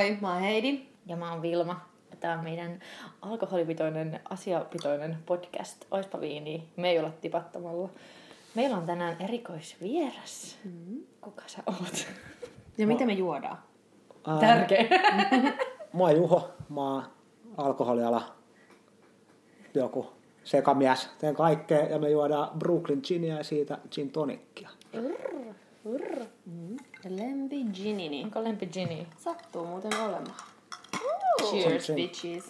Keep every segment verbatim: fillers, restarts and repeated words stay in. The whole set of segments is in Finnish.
Moi, mä oon Heidi. Ja mä oon Vilma. Tää on meidän alkoholipitoinen, asiapitoinen podcast. Oispa viiniä. Me ei olla tipattomalla. Meillä on tänään erikoisvieras. Mm-hmm. Kuka sä oot? Ja mitä me juodaan? Ää... Tärkeä. Mä oon Juho. Mä oon alkoholiala joku sekamies. Teen kaikkea ja me juodaan Brooklyn Ginia ja siitä gin tonickia. Urr, urr. Mm. Lempi ginini. Onko lempi gini? Sattuu muuten olemaan. Ooh. Cheers, bitches.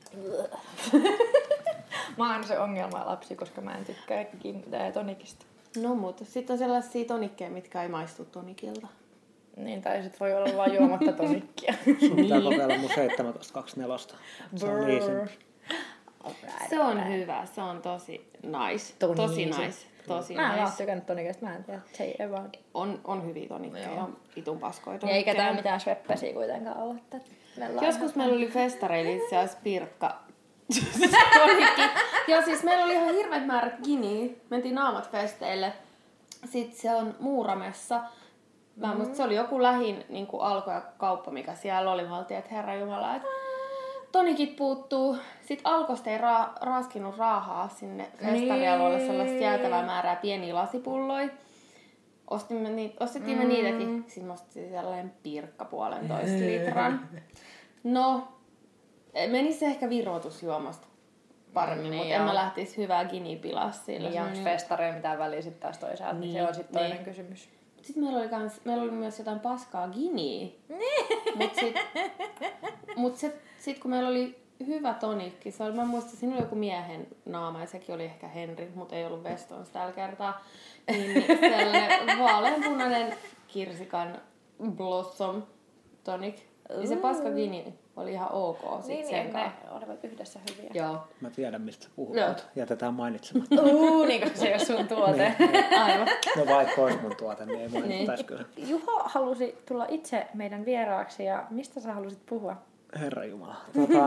Mä oon se ongelma lapsi, koska mä en tykkää gin, tonikista. No mutta sitten on sellaisia tonikkeja, mitkä ei maistu tonikilta. Niin, tai sit voi olla vaan juomatta tonikkia. Sun pitää kokeilla mun seitsemäntoista kaksikymmentäneljä. Se on niin sen. Alright, Se on alright. hyvä, se on tosi nice. Tosi Tosi nice. nice. Tosi Mä en nice. oo tykännyt tonikista, mä en tiedä. Se ei vaan. On, on hyviä tonikkeja ja itun paskoja Ja tonikkeja. eikä tää mitään sveppesiä kuitenkaan ole. Meillä Joskus meillä oli festareilla itse asiassa Pirkka. Tonikki. Joo, siis meillä oli ihan hirveät määrät giniä. Mentiin naamat festeille. Sitten se on Muuramessa. Mä mm-hmm. musta se oli joku lähin niin alko ja kauppa, mikä siellä oli. Mä oltiin, että herra jumala, että tonikit puuttuu. Sitten Alkosta ei ra- raaskinut raahaa sinne festarialueelle sellaista jäätävää määrää pieniä lasipulloja. Ostimme niitä, ostettiin me mm. niitäkin. Sitten mä ostin sellainen Pirkka puolentoista litran. No, menisi se ehkä virvoitusjuomasta paremmin, niin mutta en mä lähtisi hyvää giniä pilaa sillä. Niin, onko festareilla mitään väliä sitten taas toisaalta, niin, se on sitten toinen niin. kysymys. Sitten meillä oli, kans, meillä oli myös jotain paskaa giniä. Mutta sitten mut sit, sit kun meillä oli hyvä tonikki, se oli, mä muistan, siinä oli joku miehen naama ja sekin oli ehkä Henri, mutta ei ollut Westons tällä kertaa. Niin, niin sellainen vaaleanpunainen kirsikan blossom tonic. Ja se paska gini oli ihan ok sit niin, sen niin, kanssa. ne olivat yhdessä hyviä. Joo. Mä tiedän mistä puhut, Joo. mutta jätetään mainitsematta. Uuu, niin koska se ei ole sun tuote. niin. Aivan. No vaikka olisi mun tuote, niin ei mainittaisi kyllä. Juho halusi tulla itse meidän vieraaksi ja mistä sä halusit puhua? Herra Jumala. Tota,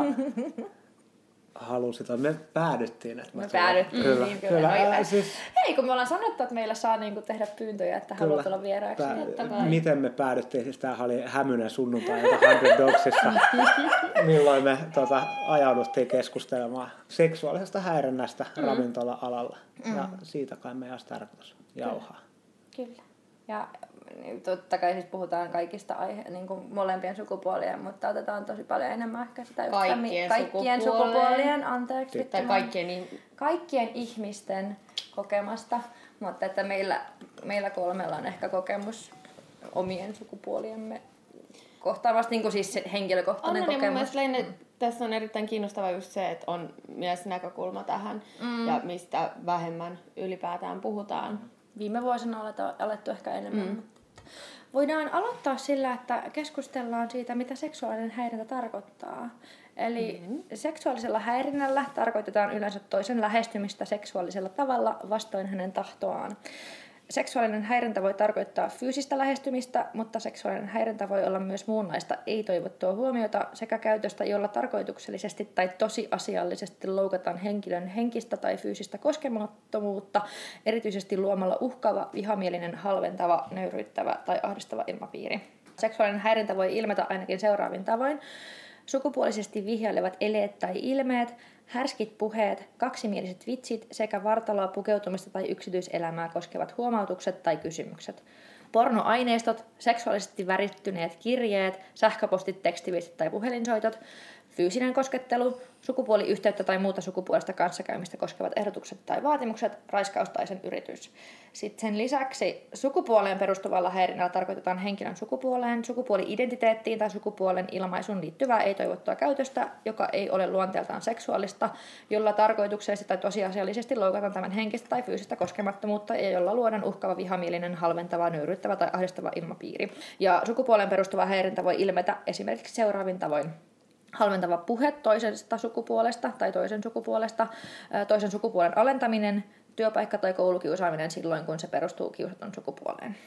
halusit, me päädyttiin. Että Me päädyttiin, kyllä, niin kyllä. kyllä. No, Ää, siis, hei, kun me ollaan sanottu, että meillä saa niinku tehdä pyyntöjä, että haluat tulla vieraaksi. Pää, miten me päädyttiin? Siis tämähän oli hämyinen sunnuntai, jota Hundred Dogsissa, milloin me tota, ajauduttiin keskustelemaan seksuaalisesta häirinnästä mm. ravintola-alalla. Mm. Ja siitä kai meidän olisi tarkoitus jauhaa. Kyllä. Kyllä. Ja totta kai siis puhutaan kaikista aihe, niin kuin molempien sukupuolien, mutta otetaan tosi paljon enemmän ehkä sitä kaikkien, kaikkien sukupuolien, sukupuolien anteeksi. Tai kaikkien, kaikkien ihmisten kokemasta, mutta että meillä, meillä kolmella on ehkä kokemus omien sukupuoliemme kohtaavasti, niin kuin siis se henkilökohtainen on, kokemus. Niin, mun mielestä Leine, tässä on erittäin kiinnostava just se, että on myös näkökulma tähän mm. ja mistä vähemmän ylipäätään puhutaan. Viime vuosina on alettu ehkä enemmän. Mm. Voidaan aloittaa sillä, että keskustellaan siitä, mitä seksuaalinen häirintä tarkoittaa. Eli mm. seksuaalisella häirinnällä tarkoitetaan yleensä toisen lähestymistä seksuaalisella tavalla vastoin hänen tahtoaan. Seksuaalinen häirintä voi tarkoittaa fyysistä lähestymistä, mutta seksuaalinen häirintä voi olla myös muunlaista ei-toivottua huomiota sekä käytöstä, jolla tarkoituksellisesti tai tosiasiallisesti loukataan henkilön henkistä tai fyysistä koskemattomuutta, erityisesti luomalla uhkaava, vihamielinen, halventava, nöyryyttävä tai ahdistava ilmapiiri. Seksuaalinen häirintä voi ilmetä ainakin seuraavin tavoin. Sukupuolisesti vihjailevat eleet tai ilmeet, härskit puheet, kaksimieliset vitsit sekä vartaloa, pukeutumista tai yksityiselämää koskevat huomautukset tai kysymykset. Pornoaineistot, seksuaalisesti värittyneet kirjeet, sähköpostit, tekstiviestit tai puhelinsoitot, fyysinen koskettelu, sukupuoliyhteyttä tai muuta sukupuolista kanssakäymistä koskevat ehdotukset tai vaatimukset, raiskaus tai sen yritys. Sitten sen lisäksi sukupuoleen perustuvalla häirinnällä tarkoitetaan henkilön sukupuoleen, sukupuoli-identiteettiin tai sukupuolen ilmaisuun liittyvää ei-toivottua käytöstä, joka ei ole luonteeltaan seksuaalista, jolla tarkoituksellisesti tai tosiasiallisesti loukataan tämän henkistä tai fyysistä koskemattomuutta ja jolla luodaan uhkava, vihamielinen, halventava, nöyryyttävä tai ahdistava ilmapiiri. Ja sukupuoleen perustuva häirintä voi ilmetä esimerkiksi seuraavin tavoin. Halventava puhe toisesta sukupuolesta tai toisen sukupuolesta, toisen sukupuolen alentaminen, työpaikka- tai koulukiusaaminen silloin, kun se perustuu kiusatun sukupuoleen.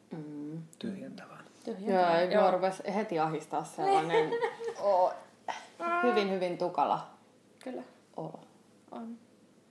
Mm. Tyhjentävää. Tyhjentävää. Joo, joo. Rupesi heti ahistaa sellainen oh, hyvin, hyvin tukala Kyllä. olo. On.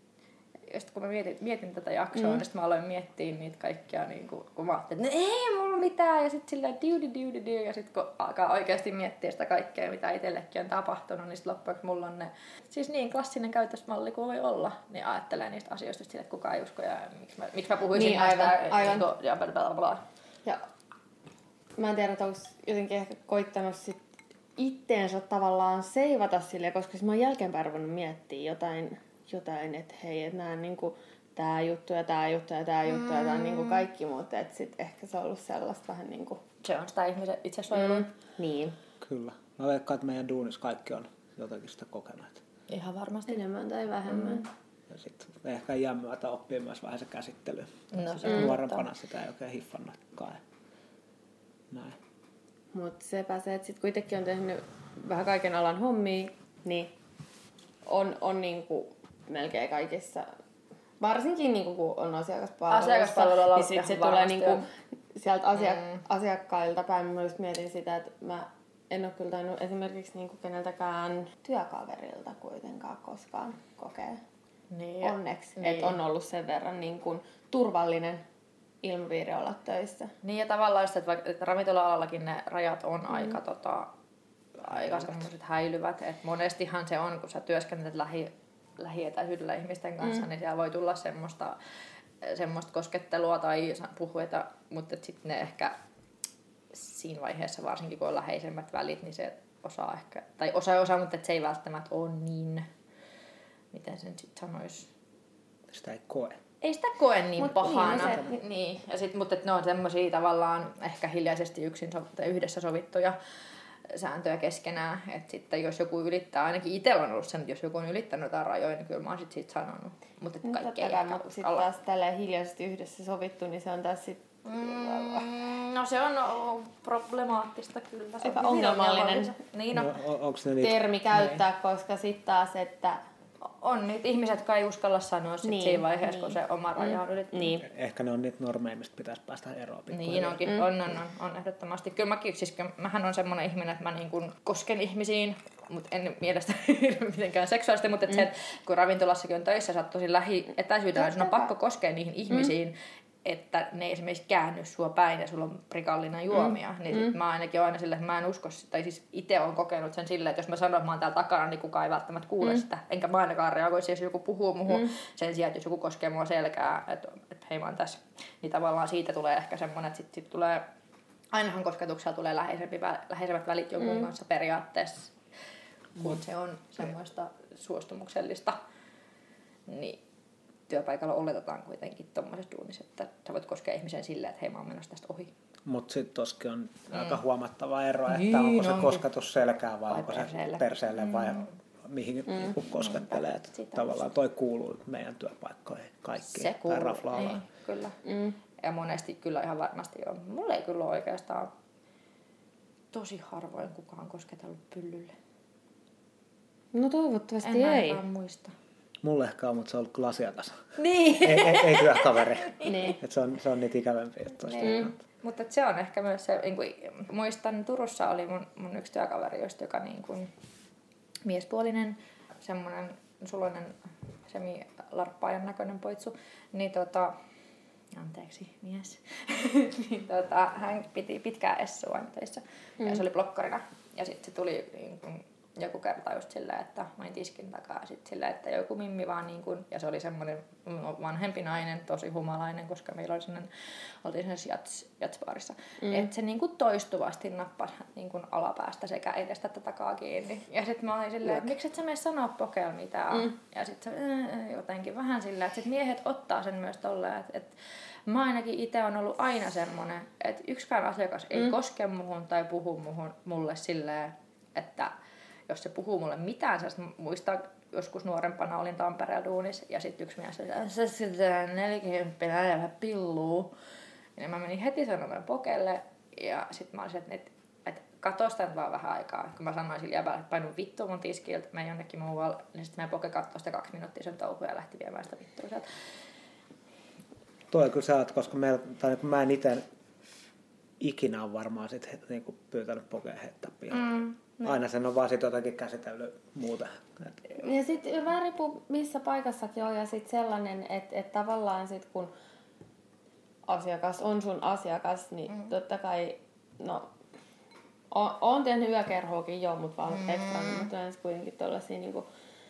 Ja sitten kun mä mietin, mietin tätä jaksoa, mm. niin sitten mä aloin miettiä niitä kaikkia, niin kun, kun mä ajattelin, että no ei, mulla oli tää ja sit silleen diudi diudi diudi ja sit kun alkaa oikeasti miettiä sitä kaikkea mitä itsellekin on tapahtunut, niin sit loppujen mulla on ne siis niin klassinen käytösmalli kuin voi olla, niin ajattelee niistä asioista sille, että kukaan ei usko ja miksi mä, miksi mä puhuisin Niin, näistä aivan, aivan. Niin kuin, ja bla bla bla. Ja mä en tiedä, että onko jotenkin ehkä koittanut sit itteensä tavallaan seivata sille, koska mä oon jälkeenpäin ruvennut miettiä jotain, jotain että hei, että nää niinku tää juttu ja tää juttu ja tää juttu mm. ja tää on niinku kaikki muut, että sit ehkä se on ollut sellaista vähän niinku... Se on sitä ihmisen itsesuojelua. Mm. Niin. Kyllä. Mä veikkaan, että meidän duunissa kaikki on jotenkin sitä kokeneet. Ihan varmasti. Enemmän tai vähemmän. Mm. Ja sitten ehkä iän myötä oppii myös vähän se käsittely. No, se mm. nuorempana sitä ei oikein hiffannutkaan. Näin. Mutta sepä se, että sit kuitenkin on tehnyt vähän kaiken alan hommia, niin on, on niinku melkein kaikissa, varsinkin niinku kun on asiakaspalvelussa, Asiakaspalvelulla niin sit se tulee niinku sieltä asiak- mm. asiakkailta päin. Mä just mietin sitä, että mä en ole kyllä tainnut esimerkiksi niinku keneltäkään työkaverilta kuitenkaan koskaan kokea. Niin. Onneksi, niin. että on ollut sen verran niinku turvallinen ilmapiiri olla töissä. Niin ja tavallaan sitä, että vaikka että ravintola-alallakin ne rajat on mm. aika, tota, aika semmoiset häilyvät. Että monestihan se on, kun sä työskentelet lähi, lähietäisyydellä ihmisten kanssa, mm. niin siellä voi tulla semmoista, semmoista koskettelua tai puhuita, mutta sitten ne ehkä siinä vaiheessa, varsinkin kun on läheisemmät välit, niin se osaa ehkä, tai osaa osaa, mutta se ei välttämättä ole niin, miten sen sitten sanoisi. Sitä ei koe. Ei sitä koe niin Mut pahana. Niin, no se, niin. Ja sit, mutta ne on semmosia tavallaan ehkä hiljaisesti yksin so, tai yhdessä sovittuja sääntöjä keskenään. Että sitten jos joku ylittää, ainakin itsellä on ollut sen, että jos joku on ylittänyt jotain rajoja, niin kyllä mä oon sit siitä sanonut. Mutta kaikki ei mutta sitten taas tälleen hiljaisesti yhdessä sovittu, niin se on taas sit... Mm, no se on problemaattista kyllä. Se on ongelmallinen niin, no. o- ne niitä... termi käyttää, niin. Koska sitten taas, että... On niitä ihmisiä, jotka ei uskalla sanoa sit niin, siinä vaiheessa, niin. kun se oma raja on ylittänyt. Niin. Ehkä ne on niitä normeja, mistä pitäisi päästä eroon. Niin onkin, mm. on, on, on, on ehdottomasti. Kyllä mäkin, siis mähän on semmoinen ihminen, että mä niin kuin kosken ihmisiin, mutta en mielestä mitenkään seksuaalisesti, mutta mm. se, että kun ravintolassakin on töissä, sä oot tosi lähietäisyydellä, niin sun on pakko koskea niihin ihmisiin, mm. että ne ei esimerkiksi käänny sua päin ja sulla on prikallinen juomia. Mm. Niin sit mm. mä ainakin oon aina silleen, että mä en usko, tai siis itse olen kokenut sen silleen, että jos mä sanon, että mä oon täällä takana, niin kukaan ei välttämättä kuule mm. sitä. Enkä mä ainakaan reagoisi, jos joku puhuu muhun mm. sen sijaan, että jos joku koskee mua selkää, että, että hei mä oon tässä. Niin tavallaan siitä tulee ehkä semmoinen, että sit, sit tulee, ainahan kosketuksella tulee läheisempi, läheisemmät välit jonkun mm. kanssa periaatteessa, kun se on semmoista suostumuksellista. Niin työpaikalla oletetaan kuitenkin tommosessa duunissa, että sä voit koskea ihmisen silleen, että hei mä oon menossa tästä ohi. Mutta sitten toskin on mm. aika huomattava ero, että niin, onko se onkin. kosketus selkään vai, vai onko perseelle. se perseelle mm. vai mihin mm. koskettelee. Mm. Tavallaan toi kuuluu meidän työpaikkoihin kaikkiin. Se kuuluu, niin, kyllä. Mm. Ja monesti kyllä ihan varmasti on. Mulla ei kyllä ole oikeastaan tosi harvoin kukaan kosketellut pyllylle. No toivottavasti en ei. En muista. Mulle ehkä on, mutta se on ollut kyllä asiakas. Niin. ei, ei, ei työkaveri. niin. Et se, on, se on niitä ikävämpiä juttuja. Niin. Mutta se on ehkä myös se, niin kuin, muistan Turussa oli mun, mun yksi työkaveri, just, joka niin kuin, miespuolinen, semmoinen suloinen semi-larppaajan näköinen poitsu, niin tota, anteeksi mies, niin tota, hän piti pitkää essua aina töissä mm. ja se oli blokkarina ja sitten se tuli niin kuin, joku kerta just silleen, että mä olin tiskin takaa ja sit silleen, että joku mimmi vaan niin kuin, ja se oli semmoinen vanhempi nainen, tosi humalainen, koska meillä oli sellainen, oltiin sellaisessa jats, jatsbaarissa, mm. että se niin kuin toistuvasti nappasi niin kuin alapäästä sekä edestä että takaa kiinni. Ja sit mä olin silleen, että miksi et sä mene sanoa Pokelle mitään? Mm. Ja sit se äh, jotenkin vähän silleen, että sit miehet ottaa sen myös tolleen, että, että mä ainakin itse on ollut aina semmoinen, että yksikään asiakas ei mm. koske muhun tai puhu muhun, mulle silleen, että jos se puhuu mulle mitään, sä muistaa, joskus nuorempana olin Tampereella duunissa ja sitten yksi mies oli, että sä sitten nelikymppinen ja vähän pilluu. Ja mä menin heti sanomaan Pokelle ja sitten mä olisin, että, että, että katso sitä vaan vähän aikaa. Kun mä sanoin sille jäbälle, että painu vittua mun tiskiltä, menen jonnekin muualle, niin sitten meidän Poke katsoi sitä kaksi minuuttia sen touhua ja lähti viemään sitä vittua sieltä. Tuo kyllä sä oot, koska meillä, tai kun mä en itse ikinä on varmaan sit niinku pyytänyt Pokea heittää pihalle. Mm. No. Aina sen on vaan sit jotakin käsitellyt muuta. Ja sitten vähän riippuu missä paikassakin on ja sitten sellainen, että et tavallaan sit kun asiakas on sun asiakas, niin mm. totta kai, no, o- oon tehnyt yökerhoakin jo, mutta vaan mm. ekstra, mutta yleensä kuitenkin tuollaisia niinku,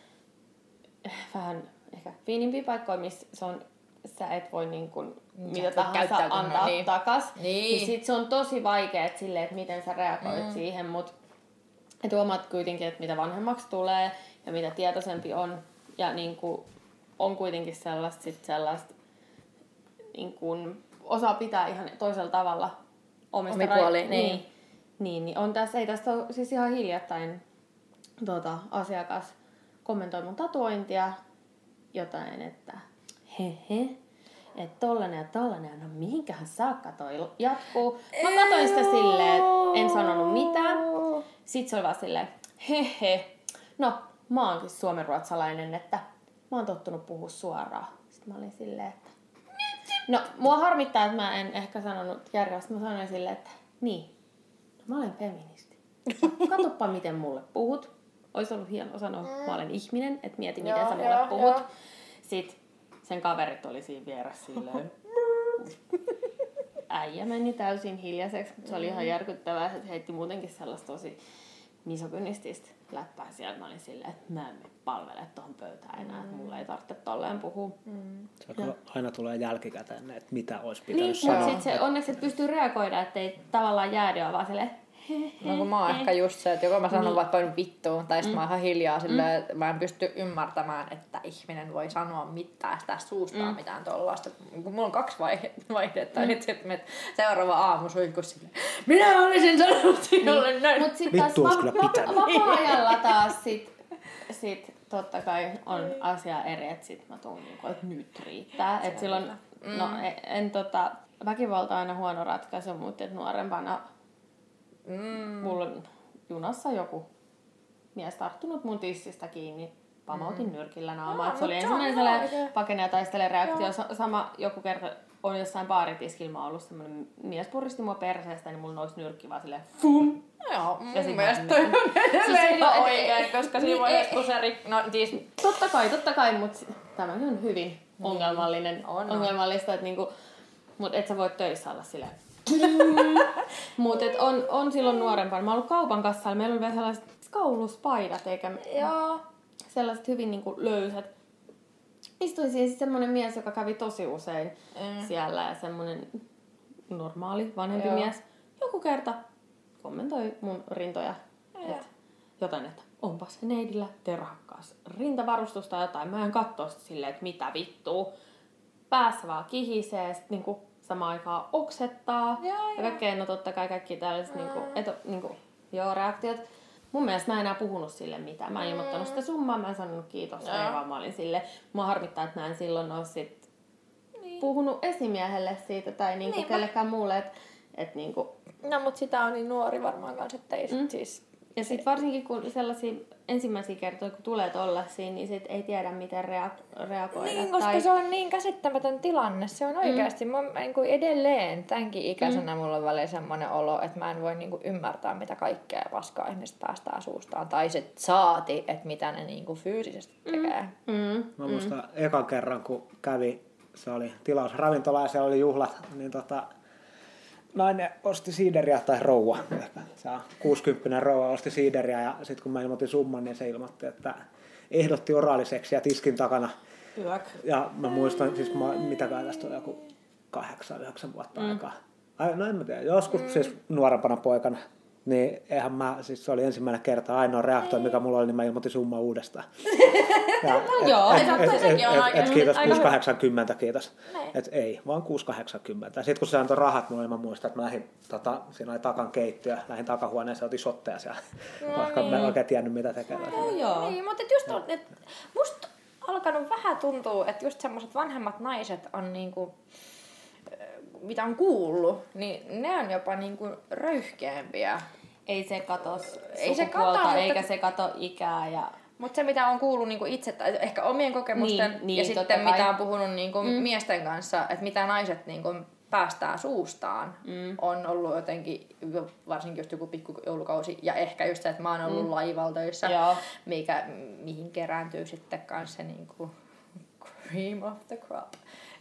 vähän ehkä fiinimpiä paikkoja, missä se on, sä et voi niinku, mitä tahansa antaa niin. takas. Niin. niin sit se on tosi vaikea, että silleen, että miten sä reagoit mm. siihen, mutta et huomaat kuitenkin, että mitä vanhemmaksi tulee ja mitä tietoisempi on ja niinku, on kuitenkin sellaista, sit sellaista niin kuin, osaa pitää ihan toisella tavalla omista Omipuoli, ra- niin. Niin, niin on tässä, ei tästä ole siis ihan hiljattain tuota, asiakas kommentoi mun tatuointia jotain, että he he, että tollanen ja tollanen, no mihinkähän saakka toi jatkuu. Mä katsoin sitä silleen, että en sanonut mitään. Sitten se oli vaan silleen, he he, no mä oonkin suomenruotsalainen, että mä oon tottunut puhua suoraan. Sitten mä olin silleen, että no, mua harmittaa, että mä en ehkä sanonut järjellä. Mä sanoin silleen, että niin, no, mä olen feministi. Katoppa, miten mulle puhut. Olisi ollut hienoa sanoa, että mä olen ihminen, että mieti, miten joo, sä mulle joo, puhut. Joo. Sitten sen kaverit oli siinä vieressä silleen. Äijä meni täysin hiljaiseksi, mutta se oli ihan järkyttävää. Se heitti muutenkin sellaista tosi misogynististä läppää siellä. Mä olin silleen, että mä en mene palvele tuohon pöytään enää, että mulla ei tarvitse tolleen puhua. Mm. Se aina tulee jälkikäteen, että mitä olisi pitänyt niin, sanoa. Mutta sitten onneksi, että pystyy reagoida, ettei tavallaan jäädä vaan silleen, no kun mä oon ehkä just se, että joko mä sanon niin. vaikka paljon vittuun, tai sitten mm. mä oon ihan hiljaa silleen, että mä en pysty ymmärtämään, että ihminen voi sanoa mitään sitä suustaan mm. mitään tollaista. Mulla on kaksi vaihdetta, mm. että sit me seuraava aamu suihku silleen, minä olisin sanonut sinulle niin. näin. Mut sit taas va- va- vapaa-ajalla taas sit, sit totta kai on asia eri, että sit mä tuun niinku, että nyt riittää. Et silloin, mm. no en, en tota, väkivalta on aina huono ratkaisu, mutta et nuorempana Mm. mulla on junassa joku mies tarttunut mun tissistä kiinni. Pamautin mm. nyrkillä naamaa. No, se oli ensimmäinen sellainen pakene ja taistele reaktio. Sa- sama joku kerta on jossain baaritiskillä mä ollut semmoinen mies puristi mua perseestä, niin mulla nousi nyrkki vaan silleen fum. Joo, mun mielestä toi on edelleen ihan oikein, koska siinä vaiheessa kun se rik... No siis... Totta kai, totta kai, mutta tämä on hyvin niin. ongelmallinen. On, ongelmallista, että niinku... Mut et sä voi töissä olla silleen... Mutta on, on silloin nuorempana. Mä oon ollut kaupan kassalla. Meillä oli vielä sellaiset kauluspaidat, eikä Joo. sellaiset hyvin niinku löysät. Istuin siis semmonen mies, joka kävi tosi usein mm. siellä ja semmonen normaali vanhempi Joo. mies. Joku kerta kommentoi mun rintoja. Et, jotain, että onpas neidillä terhakkaas rintavarustusta tai jotain. Mä en kattoo sitä silleen, että mitä vittua. Päässä vaan kihisee. Sit niinku samaan aikaan oksettaa. Ja, ja kaikkea, no totta kai kaikki tällaiset mm. niinku, eto, niinku, joo, reaktiot. Mun mielestä mä en enää puhunut sille mitään. Mä en mm. ilmoittanut sitä summaa, mä en sanonut kiitos, ja. vaan mä olin sille. Mua harmittaa, että mä en silloin ole sit niin. puhunut esimiehelle siitä tai niinku niin, kellekään mä... muulle, että et niinku... No mut sitä on niin nuori varmaan kanssa, että ei mm. siis... Ja sit varsinkin kun sellaisia ensimmäisiä kertoja, kun tulee tollasia, niin sit ei tiedä miten rea- reagoida. Niin, koska tai... se on niin käsittämätön tilanne. Se on oikeasti, mm. mä niin kuin edelleen tämänkin ikäisenä mm. mulla on välillä semmoinen olo, että mä en voi niin kuin ymmärtää, mitä kaikkea paskaa ihmiset päästää suustaan. Tai se saati, että mitä ne niin kuin fyysisesti tekee. Mm. Mm. Mä muistan mm. ekan kerran, kun kävi, se oli tilausravintola ja siellä oli juhlat, niin tota... nainen osti siideriä tai rouva. Se on kuusikymppinen rouva osti siideriä ja sitten kun mä ilmoitin summan, niin se ilmoitti, että ehdotti oraaliseksiä tiskin takana. Yök. Ja mä muistan, siis mä, mitäkään tästä on joku kahdeksan, yhdeksän vuotta mm. aikaa. Ai, no en mä tiedä, joskus mm. siis nuorempana poikana. Niin eihän mä, siis se oli ensimmäinen kerta, ainoa reaktio, mikä mulla oli, niin mä ilmoitin summan uudestaan. Ja, no et, joo, et, et, et, sekin on et, aika et, kiitos, kuusi kahdeksankymmentä, kiitos. Et ei, vaan kuusi kahdeksankymmentä. Sitten kun se antoi rahat mulle, niin mä muistan, että mä lähdin, tota, siinä oli takan keittiö, lähdin takahuoneeseen, otin shotteja siellä, no vaikka niin. mä en oikein tiennyt, mitä tekee. No, joo. Niin, mutta just on, et, musta alkanut vähän tuntuu, että just semmoiset vanhemmat naiset on niinku... mitä on kuullut, niin ne on jopa niinku röyhkeämpiä. Ei se kato sukupuolta, eikä mutta... se kato ikää. Ja... Mutta se, mitä on kuullut niinku itse, ehkä omien kokemusten niin, niin, ja sitten mitä on puhunut niinku mm. miesten kanssa, että mitä naiset niinku päästää suustaan, mm. on ollut jotenkin, varsinkin just joku pikkujoulukausi, ja ehkä just se, että mä oon ollut mm. laivalla töissä, mikä, mihin kerääntyy sitten kanssa se niinku... cream of the crop.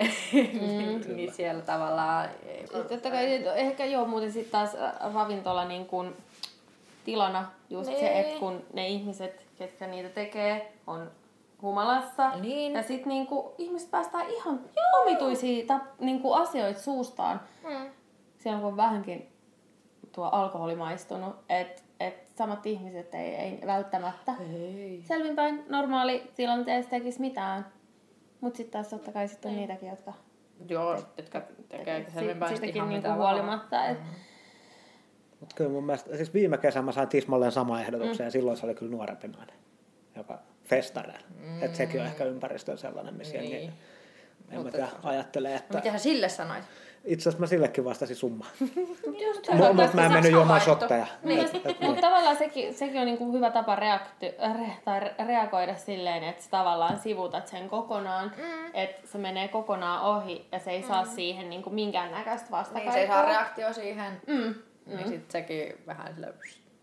Mm. Niin siellä tavallaan... Totta kai, ehkä joo, muuten sitten taas ravintola niin kun tilana just nee. se, että kun ne ihmiset, ketkä niitä tekee, on humalassa. Niin. Ja sitten niinku, ihmiset päästään ihan joo. omituisia ta, niinku, asioita suustaan. Mm. Siellä on vähänkin tuo alkoholi maistunut, että et samat ihmiset ei, ei välttämättä ei. selvinpäin normaali tilanteessa tekisi mitään. Mutta sitten taas totta kai sit on niitäkin, jotka joo, te- jotka tekee selvinpäin siitäkin ihan niinku huolimatta. Et... Mm. Mutta kyllä mun mielestä, siis viime kesänä mä sain tismalleen sama ehdotuksen mm. ja silloin se oli kyllä nuorempi nainen, joka festareilla. Mm. Että sekin on ehkä ympäristön sellainen, missä niin. jengi en mä tiedä, ajattelee, että... Mitä sä sille sanoit? Itse asiassa mä sillekin vastasin summaa. Mutta mä en mennyt juomaan shotteja. Niin. Mutta tavallaan sekin, sekin on niinku hyvä tapa reakti- re- tai reagoida silleen, että sä tavallaan sivutat sen kokonaan, mm. että se menee kokonaan ohi ja se ei mm. saa siihen niinku minkäännäköistä vastakaikua. Niin, se ei saa reaktio siihen. Mm. Niin mm. sit sekin vähän silleen...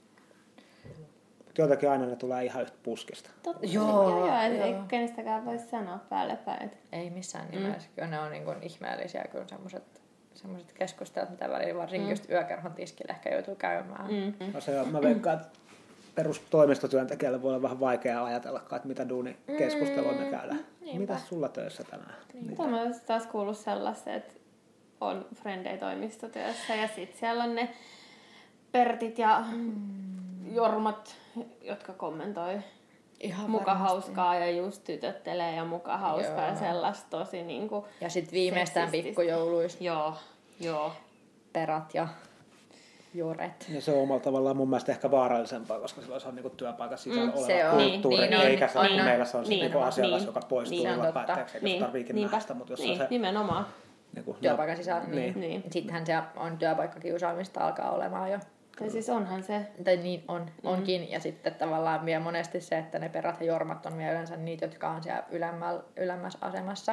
Jotenkin aina ne tulee ihan yhtä puskista. Totta, joo, joo, joo. Ei kenestäkään voi sanoa päälle päin. Ei missään nimessä. Mm. Kyllä ne on niin kuin ihmeellisiä kyllä semmoiset semmoiset keskustelut, mitä välillä varsinkin mm. just yökerhon tiskillä ehkä joutuu käymään. Mm. No se on, mä veikkaan, että perustoimistotyöntekijälle voi olla vähän vaikeaa ajatellakaan, että mitä duunikeskustelua me käydään. Mm. Mitäs sulla töissä tänään? Niin. Tämä on taas kuullut sellaista, että on frendei toimistotyössä ja sitten siellä on ne Pertit ja mm. Jormat, jotka kommentoi ihan muka varmasti. Hauskaa ja just tytöttelee ja muka hauskaa joo. ja sellaista tosi niinku ja sit viimeistään pikkujouluista. Joo, joo. Perat ja juuret. Ja se on omalla tavallaan mun mielestä ehkä vaarallisempaa, koska silloin se on niinku työpaikan sisällä mm, oleva kulttuuri, niin, niin, eikä se niin, meillä se on niin, niinku asiakas, niin, joka poistuu niin, ilman päätteeksi, eikä niin, se tarviikin niin, näistä, mutta jos niin, on se... Nimenomaan. Niinku, työpaikan no, sisällä, niin. niin. niin. Sittenhän se on työpaikkakiusaamista alkaa olemaan jo. Ja siis onhan se. Tai niin on, mm. onkin. Ja sitten tavallaan vielä monesti se, että ne perät ja jormat on vielä yleensä niitä, jotka on siellä ylemmällä, ylemmässä asemassa.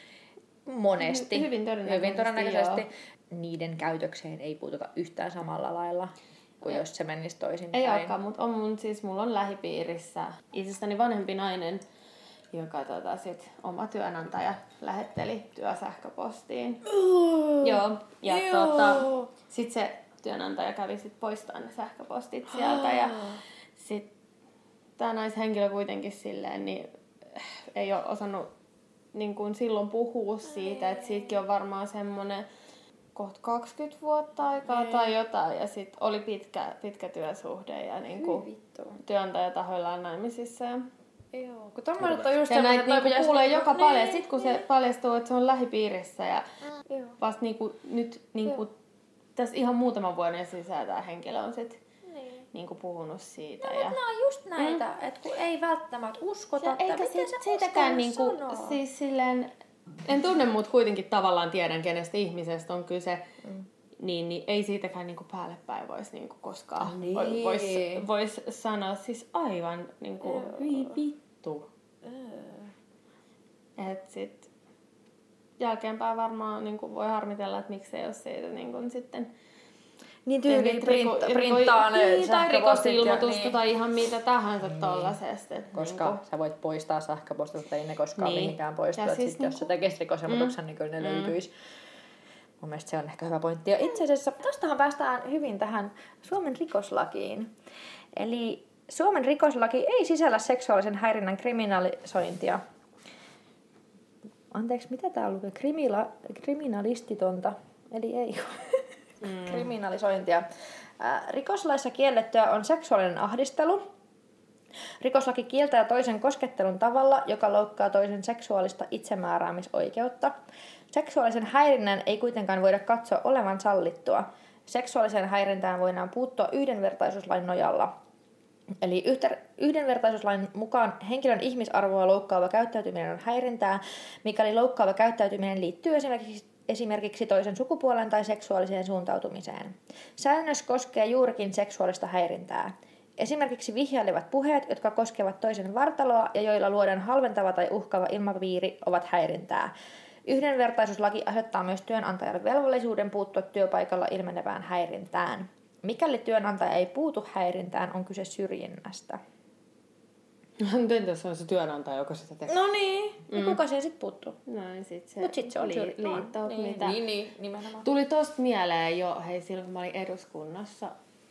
Monesti. Hy- hyvin todennäköisesti. Hyvin todennäköisesti. Niiden käytökseen ei puututa yhtään samalla lailla kuin ja. jos se menisi toisinpäin. Ei olekaan, mutta on mun, siis mulla on lähipiirissä itsestäni vanhempi nainen, joka tota, sit oma työnantaja lähetteli työsähköpostiin. Uh, Joo. Ja tota, sit se työnantaja kävi sit poistamaan ne sähköpostit sieltä ja sit tää naishenkilö kuitenkin silleen niin ei ole osannut niin kuin silloin puhua siitä, että siitäkin on varmaan semmonen kohta kaksikymmentä vuotta aikaa ei. tai jotain ja sit oli pitkä, pitkä työsuhde ja niin kuin työnantaja tahoillaan naimisissa ja joo, kun tommoinen on just ja näitä niinku kuulee joka niin, paljon. Sitten kun niin. se paljastuu, että se on lähipiirissä ja mm. vasta niinku, nyt niinku, tässä ihan muutaman vuoden sisään tämä henkilö on sit niin. niinku puhunut siitä. No, ja... mutta nämä on just näitä, mm. että kun ei välttämättä uskota, että eikä sit, siitäkään niinku, siis silleen, en tunne, mutta kuitenkin tavallaan tiedän, kenestä ihmisestä on kyse. Mm. Niin, niin ei siitäkään niinku päälle päin voisi niinku koskaan niin. vois, vois sanoa siis aivan niinku vi vittu. Et sit jälkeenpäin varmaan niinku voi harmitella, että miksei ole siitä niinku sitten niin tyyliin print, printtaa ne niin, tai rikosilmoitusta niin. tai ihan mitä tahansa niin. tollasesta. Koska niin sä voit poistaa sähköpostit, mutta ei ne koskaan niin. mihinkään poistua. Siis sit, niin jos sä tekisit rikosilmoituksen, mm. niin kyllä ne mm. löytyisi. Mun mielestä se on ehkä hyvä pointti. Ja itse asiassa tostahan päästään hyvin tähän Suomen rikoslakiin. Eli Suomen rikoslaki ei sisällä seksuaalisen häirinnän kriminalisointia. Anteeksi, mitä tää lukee? Krimila, kriminalistitonta. Eli ei mm. kriminalisointia. Äh, rikoslaissa kiellettyä on seksuaalinen ahdistelu. Rikoslaki kieltää toisen koskettelun tavalla, joka loukkaa toisen seksuaalista itsemääräämisoikeutta. Seksuaalisen häirinnän ei kuitenkaan voida katsoa olevan sallittua. Seksuaaliseen häirintään voidaan puuttua yhdenvertaisuuslain nojalla. Eli yhdenvertaisuuslain mukaan henkilön ihmisarvoa loukkaava käyttäytyminen on häirintää, mikäli loukkaava käyttäytyminen liittyy esimerkiksi, esimerkiksi toisen sukupuolen tai seksuaaliseen suuntautumiseen. Säännös koskee juurikin seksuaalista häirintää. Esimerkiksi vihjailevat puheet, jotka koskevat toisen vartaloa ja joilla luodaan halventava tai uhkaava ilmapiiri, ovat häirintää. Yhdenvertaisuuslaki asettaa myös työnantajalle velvollisuuden puuttua työpaikalla ilmenevään häirintään. Mikäli työnantaja ei puutu häirintään, on kyse syrjinnästä. Entäs se on se työnantaja, joka sitä tekee? No niin, ja Mm. kuka siihen sit puuttuu? Noin, sit se, Mut sit se on li- syrjitty. liitto, niin, mitä... niin, niin, nimenomaan. Tuli tosta mieleen jo, hei silloin kun mä olin eduskunnassa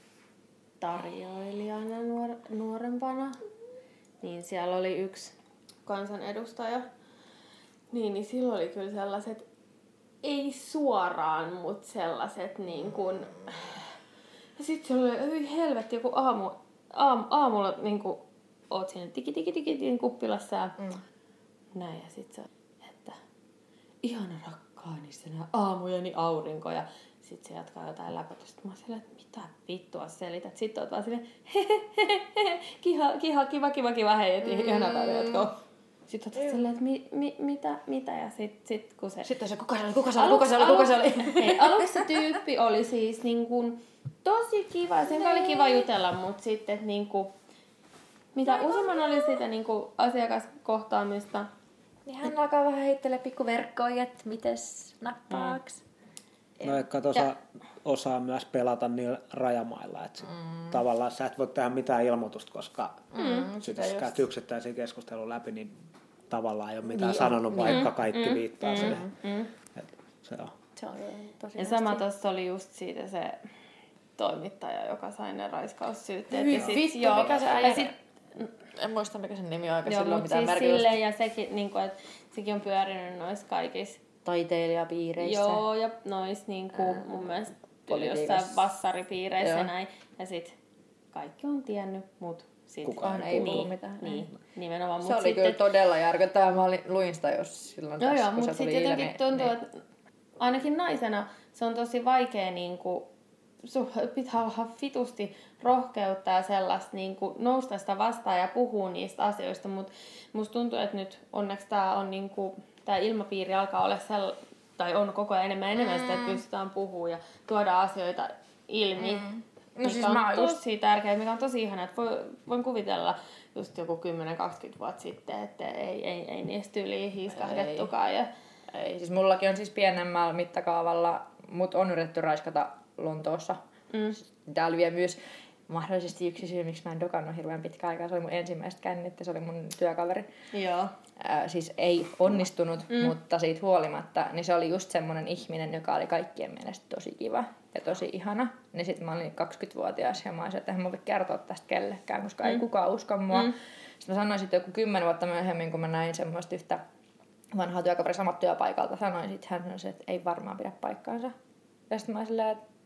tarjoilijana nuor, nuorempana, niin siellä oli yksi kansanedustaja. Niin, niin silloin oli kyllä sellaiset, ei suoraan, mutta sellaiset niin kuin... Ja sit siellä oli, hyi helvetti, joku aamu, aam, aamulla niin kuin oot siinä tiki tiki tiki tiki kuppilassa ja Mm. näin. Ja sit se on, että ihana rakkaani se nää aamujeni aurinko. Ja sit se jatkaa jotain läpätystä. Mä oon silleen, että mitä vittua selität. Sitten oot vaan silleen, hehehehe, kiha, kiha, kiva, kiva, kiva, hei, et ihana päivä jatkoa. Sitten oot silleen, että mi, mi, mitä, mitä. Ja sit, sit kun se... Sitten se, kuka se oli, kuka se oli, kuka se oli, kuka se oli. Hei, aluksi se tyyppi oli siis niin kuin tosi kiva. Sen oli kiva jutella, mutta sitten että niin kuin, mitä useamman oli sitä niin kuin asiakaskohtaamista. Niin hän alkaa vähän heittelee pikkuverkkoja, että mites nappaaks. No ehkä osaa, osaa myös pelata niillä rajamailla, että mm. tavallaan sä et voi tehdä mitään ilmoitusta, koska mm. sit, jos käyt yksittäisiä keskustelun läpi, niin tavallaan ei ole mitään niin, sanonut, mm. vaikka kaikki mm. viittaa mm. siihen. Mm. Et se on. Se on tosi ja sama tossa oli just siitä se toimittaja, joka sai ne raiskaussyytteet. Ja sit, vittu, joo, mikä se äijä? Sit, en muista mikä sen nimi on, aika joo, silloin mitään siis merkitystä. silleen, ja sekin, niin kuin, että sekin on pyörinyt noissa kaikissa Taiteilijapiireissä. joo, ja nois niinku äh, mun mielestä jossain vassaripiireissä näin. Ja sit kaikki on tiennyt, mut sit kukaan ei niin, puhu mitään. Niin, nimenomaan. Se mut oli sitten, kyllä todella järkyttävää. Mä olin, luin sitä jos silloin joo, tässä, joo, kun mut se tuli sit jotenkin ilmi. tuntuu, Niin. että ainakin naisena se on tosi vaikea niinku, sun pitää olla vitusti rohkeutta ja sellaista niinku, nousta sitä vastaan ja puhua niistä asioista, mut musta tuntuu, että nyt onneksi tää on niinku, tää ilmapiiri alkaa olla sellainen, tai on koko ajan enemmän enemmän sitä, että pystytään puhumaan ja tuoda asioita ilmi. Mm. No mikä siis on mä just... tosi tärkeää, mikä on tosi ihana, että voi, voin kuvitella just joku kymmenen kaksikymmentä vuotta sitten, että ei, ei, ei niistä yli hiiskahdettukaan. Ja... Ei, siis mullakin on siis pienemmällä mittakaavalla, mut on yritetty raiskata Lontoossa. Mm. Tää oli vielä myös mahdollisesti yksi syy, miksi mä en dokannut hirveän pitkään aikaa. Se oli mun ensimmäistä kännit ja se oli mun työkaveri. Joo. Ää, siis ei onnistunut, mm. mutta siitä huolimatta, niin se oli just semmonen ihminen, joka oli kaikkien mielestä tosi kiva ja tosi ihana. Niin sit mä olin kaksikymmentävuotias ja mä olisin, että en mä voi kertoa tästä kellekään, koska mm. ei kukaan usko mua. Mm. Sitten mä sanoin sitten joku kymmenen vuotta myöhemmin, kun mä näin semmoista yhtä vanhaa työkaveri samat työpaikalta, sanoin sit hän sanoi, että ei varmaan pidä paikkaansa. Ja sitten mä olin silleen, että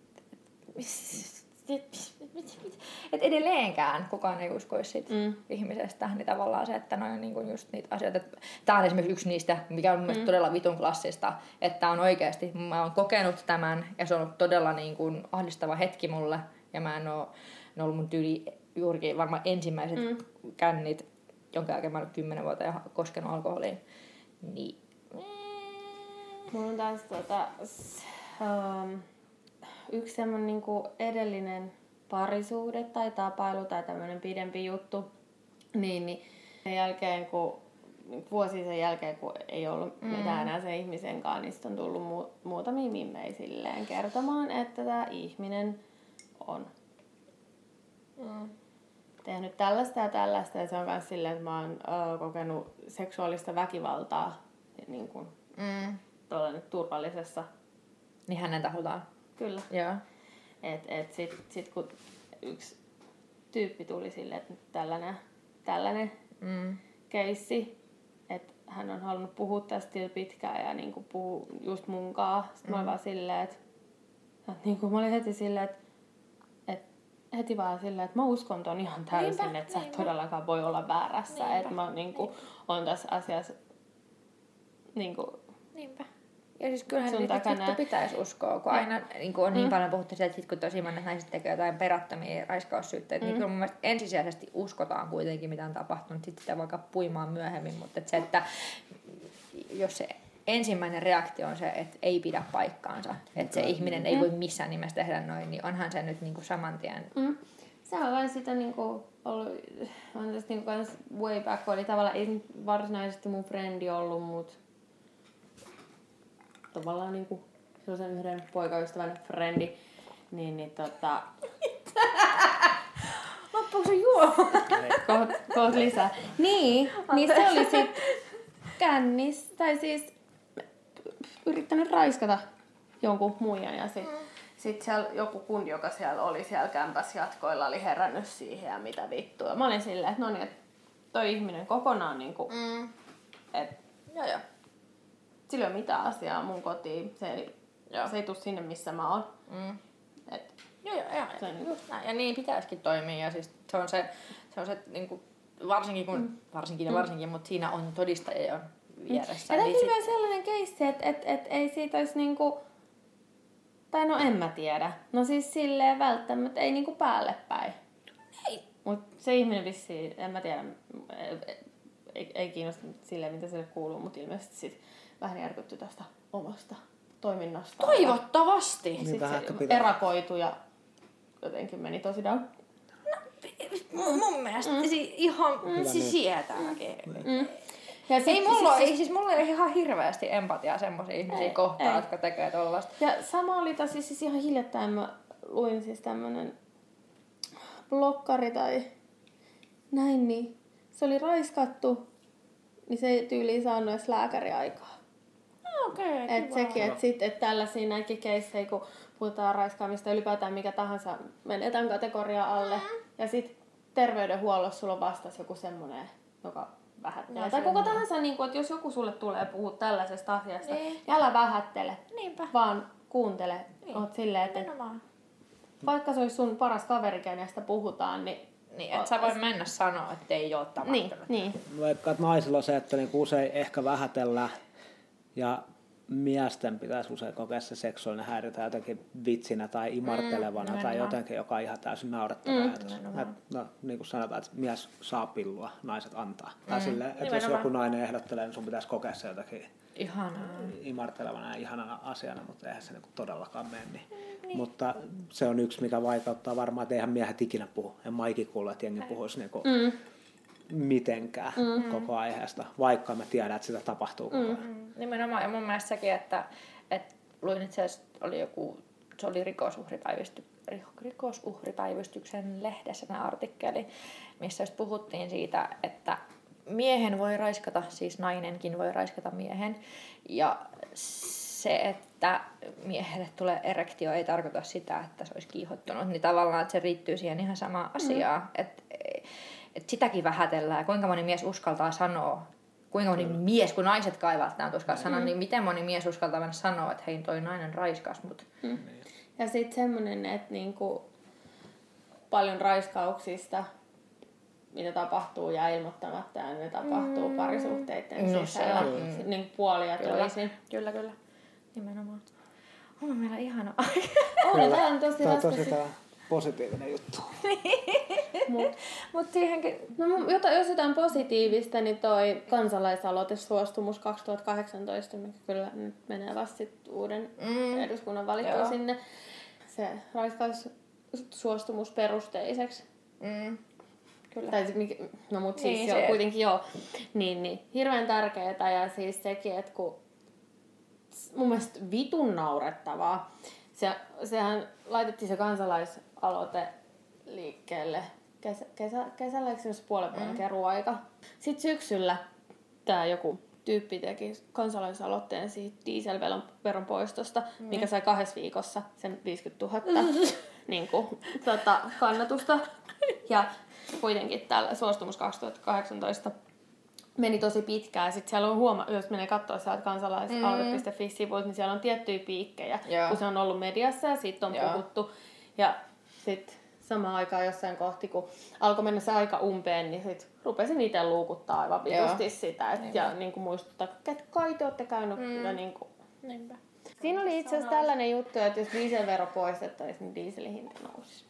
et edelleenkään kukaan ei uskoisi siitä mm. ihmisestä, niin tavallaan se, että noin on niinku just niitä asioita. Tämä on esimerkiksi yksi niistä, mikä on mm. todella vitun klassista, että on oikeasti, mä oon kokenut tämän ja se on ollut todella niinku ahdistava hetki mulle ja mä en oo, ne on ollut mun tyyli juurikin varmaan ensimmäiset mm. kännit, jonka jälkeen mä oon kymmenen vuotta ja koskenut alkoholiin. Niin. Mulla on taas tota, s, um, yksi semmonen niinku edellinen parisuhde tai tapailu tai tämmönen pidempi juttu. Niin, niin sen jälkeen, kun vuosi sen jälkeen, kun ei ollut mm. mitään enää sen ihmisen kanssa, niin on tullut mu- muutamia mimmejä silleen kertomaan, että tämä ihminen on mm. tehnyt tällaista ja tällaista. Ja se on myös silleen, että mä oon ö, kokenut seksuaalista väkivaltaa niin kuin mm. turvallisessa. Niin hänen taholtaan. Kyllä. Joo. Et, et sit, sit kun yksi tyyppi tuli silleen, että tällainen, tällainen mm. keissi, että hän on halunnut puhua tästä pitkään ja niinku puhua just munkaan. Sitten mm. mä olin vaan silleen, että, että niinku, mä olin heti silleen, että, että heti vaan silleen, että mä uskon ton ihan täysin, niinpä, että sä et todellakaan voi olla väärässä. Että mä niinku, on tässä asiassa niinku, niinpä. Ja siis kyllähän niitä vittu pitäisi uskoa, kun aina niin kun on niin mm. paljon puhuttu siitä, että sit, kun tosi monet naiset tekee jotain perättömiä raiskaussyytteitä, mm. niin kyllä mun mielestä ensisijaisesti uskotaan kuitenkin, mitä on tapahtunut, sitten sitä voi alkaa puimaan myöhemmin, mutta että se, että jos se ensimmäinen reaktio on se, että ei pidä paikkaansa, että se mm. ihminen ei voi missään nimessä tehdä noin, niin onhan se nyt niin kuin saman tien. Mm. Se on vain sitä niinku ollut, on tästä niinku kans way back, oli tavallaan ei varsinaisesti mun frendi ollut, mutta tavallaan niinku sellaisen yhden poikaystävän frendi, niin, niin tota... Mä loppuuko se juoma? Koht, koht lisää. Niin, niin se oli sit kännis, tai siis yrittänyt raiskata jonkun muijan ja sit, mm. sit siellä joku kundi, joka siellä oli siellä kämpäs jatkoilla, oli herännyt siihen ja mitä vittua. Mä olin silleen, että no niin, että toi ihminen kokonaan niinku, mm. että sillä ei ole mitään asiaa mun kotiin, se ei, se ei tuu sinne missä mä oon. Mm. Et, joo, joo, joo. Sen, just näin. Ja niin pitäisikin toimia. Ja siis se on se, se, on se niinku, varsinkin kun, mm. varsinkin ja varsinkin, mm. mutta siinä on todistajia jo vieressä. Ja täytyy myös sellainen keissi, että et, et, ei siitä olisi niinku, tai no en mä tiedä. No siis silleen välttämättä, ei niinku päälle päin. Ei. Mut se ihminen vissiin, en mä tiedä, ei, ei kiinnosta silleen mitä sille kuuluu, mutta ilmeisesti sit vähän järkytty tästä omasta toiminnasta. Toivottavasti. Ja sitten se erakoitui ja jotenkin meni tosi down. No, mun mielestä mm. si- ihan mm. siis sietääkin. Mm. Ja ei, mulla siis, ei, siis mulla ei ihan hirveästi empatiaa semmoisia ihmisiä ei, kohtaan, ei. jotka tekee tollaista. Ja sama oli tosi siis ihan hiljattain mä luin siis tämmönen blokkari tai näin, niin se oli raiskattu, niin se ei tyyliin saanut edes lääkäriaikaa. Okei, okay, että sekin, että sitten et tällaisia näinkin keissejä, kun puhutaan raiskaamista ylipäätään mikä tahansa menee tämän kategorian alle. Mm. Ja sitten terveydenhuollossa sulla on vastas joku semmoinen, joka vähättelee. No, tai kuka tahansa, niin kun, että jos joku sulle tulee puhua tällaisesta asiasta, niin älä vähättele, niinpä. Vaan kuuntele. Niin. Oot silleen, että Nimenomaan. Vaikka se olisi sun paras kaveri, kenestä puhutaan, niin niin, et sä voi mennä sanoa, että ei ole tapahtunut. Niin, niin. Vaikka naisilla on se, että niinku usein ehkä vähätellään ja miesten pitäisi usein kokea se seksuaalinen häirintä jotenkin vitsinä tai imartelevana mm, tai jotenkin, joka on ihan täysin naurettava mm, ajatus. No, niin kuin sanotaan, että mies saa pillua, naiset antaa. Mm, tai silleen, että jos joku nainen ehdottelee, niin sun pitäisi kokea se jotenkin ihanaa. Imartelevana ja ihanana asiana, mutta eihän se niinku todellakaan mene. Niin. Niin. Mutta se on yksi, mikä vaikeuttaa varmaan, että eihän miehet ikinä puhu. En mä ikinä kuullut, että jengi puhuisi niinku mm. mitenkään mm. koko aiheesta, vaikka mä tiedän, että sitä tapahtuu koko ajan. Mm. Nimenomaan, ja mun mielestä sekin, että, että luin itse asiassa, oli joku, se oli rikosuhripäivysty, rikosuhripäivystyksen lehdessä tämä artikkeli, missä just puhuttiin siitä, että miehen voi raiskata, siis nainenkin voi raiskata miehen, ja se, että miehelle tulee erektio, ei tarkoita sitä, että se olisi kiihottunut, niin tavallaan että se riittyy siihen ihan samaan asiaan, mm. että et sitäkin vähätellään, kuinka moni mies uskaltaa sanoa, kuinka moni mm. mies, kun naiset kaivat tämän uskaltaa mm. sanoa, niin miten moni mies uskaltaa mennä sanoa, että hei, toi nainen raiskas mut. Mm. Ja sitten semmoinen, että niinku paljon raiskauksista, mitä tapahtuu ja ilmoittamatta, ja ne tapahtuu mm. parisuhteiden no, sisällä, mm. niin puolia toisin. Kyllä, kyllä. Nimenomaan. On meillä ihana aika. On, tämä on tosi raskas. Tämä on tosi positiivinen juttu. Mut, Mut siihenkin, no, jos jotain positiivista, niin toi kansalaisaloite suostumus kaksituhattakahdeksantoista, mikä kyllä nyt menee vasta sit uuden mm. eduskunnan valittua sinne, se raiskaus suostumus perusteiseksi. Mm. Kyllä. Tai, no mut siis niin, joo, kuitenkin joo. Niin, niin. Hirveän tärkeetä ja siis sekin, että kun mun mielestä vitun naurettavaa. Se, sehän laitettiin se kansalaisaloite liikkeelle kesä, kesä, kesällä, eikö se puolen vuoden mm. keruaika. Sitten syksyllä tää joku tyyppi teki kansalaisaloitteen siitä dieselveron poistosta, mm. mikä sai kahdessa viikossa sen viisikymmentätuhatta niin kuin, tota, kannatusta. Ja kuitenkin tällä suostumus kaksituhattakahdeksantoista meni tosi pitkään. Sitten siellä on huoma, jos menee katsoa sieltä kansalaisaloite piste fi-sivuilta, niin siellä on tiettyjä piikkejä, Joo. kun se on ollut mediassa ja siitä on Joo. puhuttu. Ja sitten samaan aikaan jossain kohti, kun alkoi mennä se aika umpeen, niin sitten rupesin itse luukuttaa aivan vitusti sitä. Et, ja niin kuin muistuttaa, että kai te olette käynyt. Mm. Ja niin kuin. Siinä oli itse asiassa tällainen juttu, että jos dieselvero poistettaisiin, niin dieselin hinta nousisi.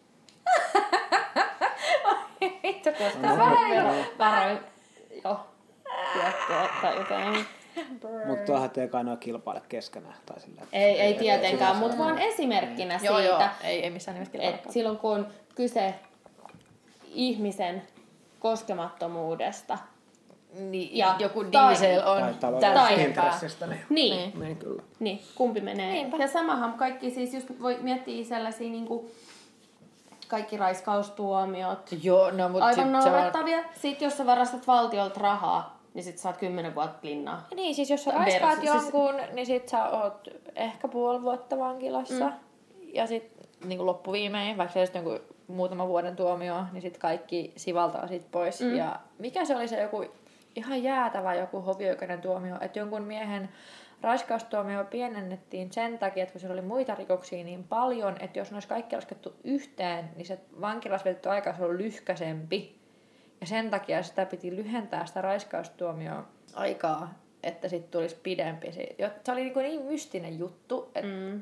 Vittu, koska no, vähän varoin jo tuottua tai jotain. Mutta tuohan ei kai noin kilpaile keskenään. Tai sillä, ei, ei tietenkään, mutta vaan esimerkkinä joo, siitä, joo. Ei, ei missään nimessä että silloin kun on kyse ihmisen koskemattomuudesta, niin ja joku diesel on talousintressistä. Niin. Niin. Niin, kyllä. Niin, kumpi menee. Niinpä. Ja samahan kaikki siis just voi miettiä sellaisia niinku kaikki raiskaustuomiot. Joo, no mut Aivan sit naurettavia. On... Sitten jos sä varastat valtiolta rahaa, niin sit saat kymmenen vuotta linnaa. Niin, siis jos sä raiskaat jonkun, niin sit sä oot ehkä puoli vuotta vankilassa. Mm. Ja sit niin loppuviimein, vaikka se olisi jonkun muutaman vuoden tuomio, niin sit kaikki sivaltaa sit pois. Mm. Ja mikä se oli se joku ihan jäätävä joku hovioikeuden tuomio, että jonkun miehen raiskaustuomio pienennettiin sen takia, että kun siellä oli muita rikoksia niin paljon, että jos ne olisi kaikki laskettu yhteen, niin se vankilas vietetty aika olisi ollut lyhkäsempi. Ja sen takia sitä piti lyhentää sitä raiskaustuomioa aikaa, että sitten tulisi pidempi. Se oli niin, niin mystinen juttu, että mm.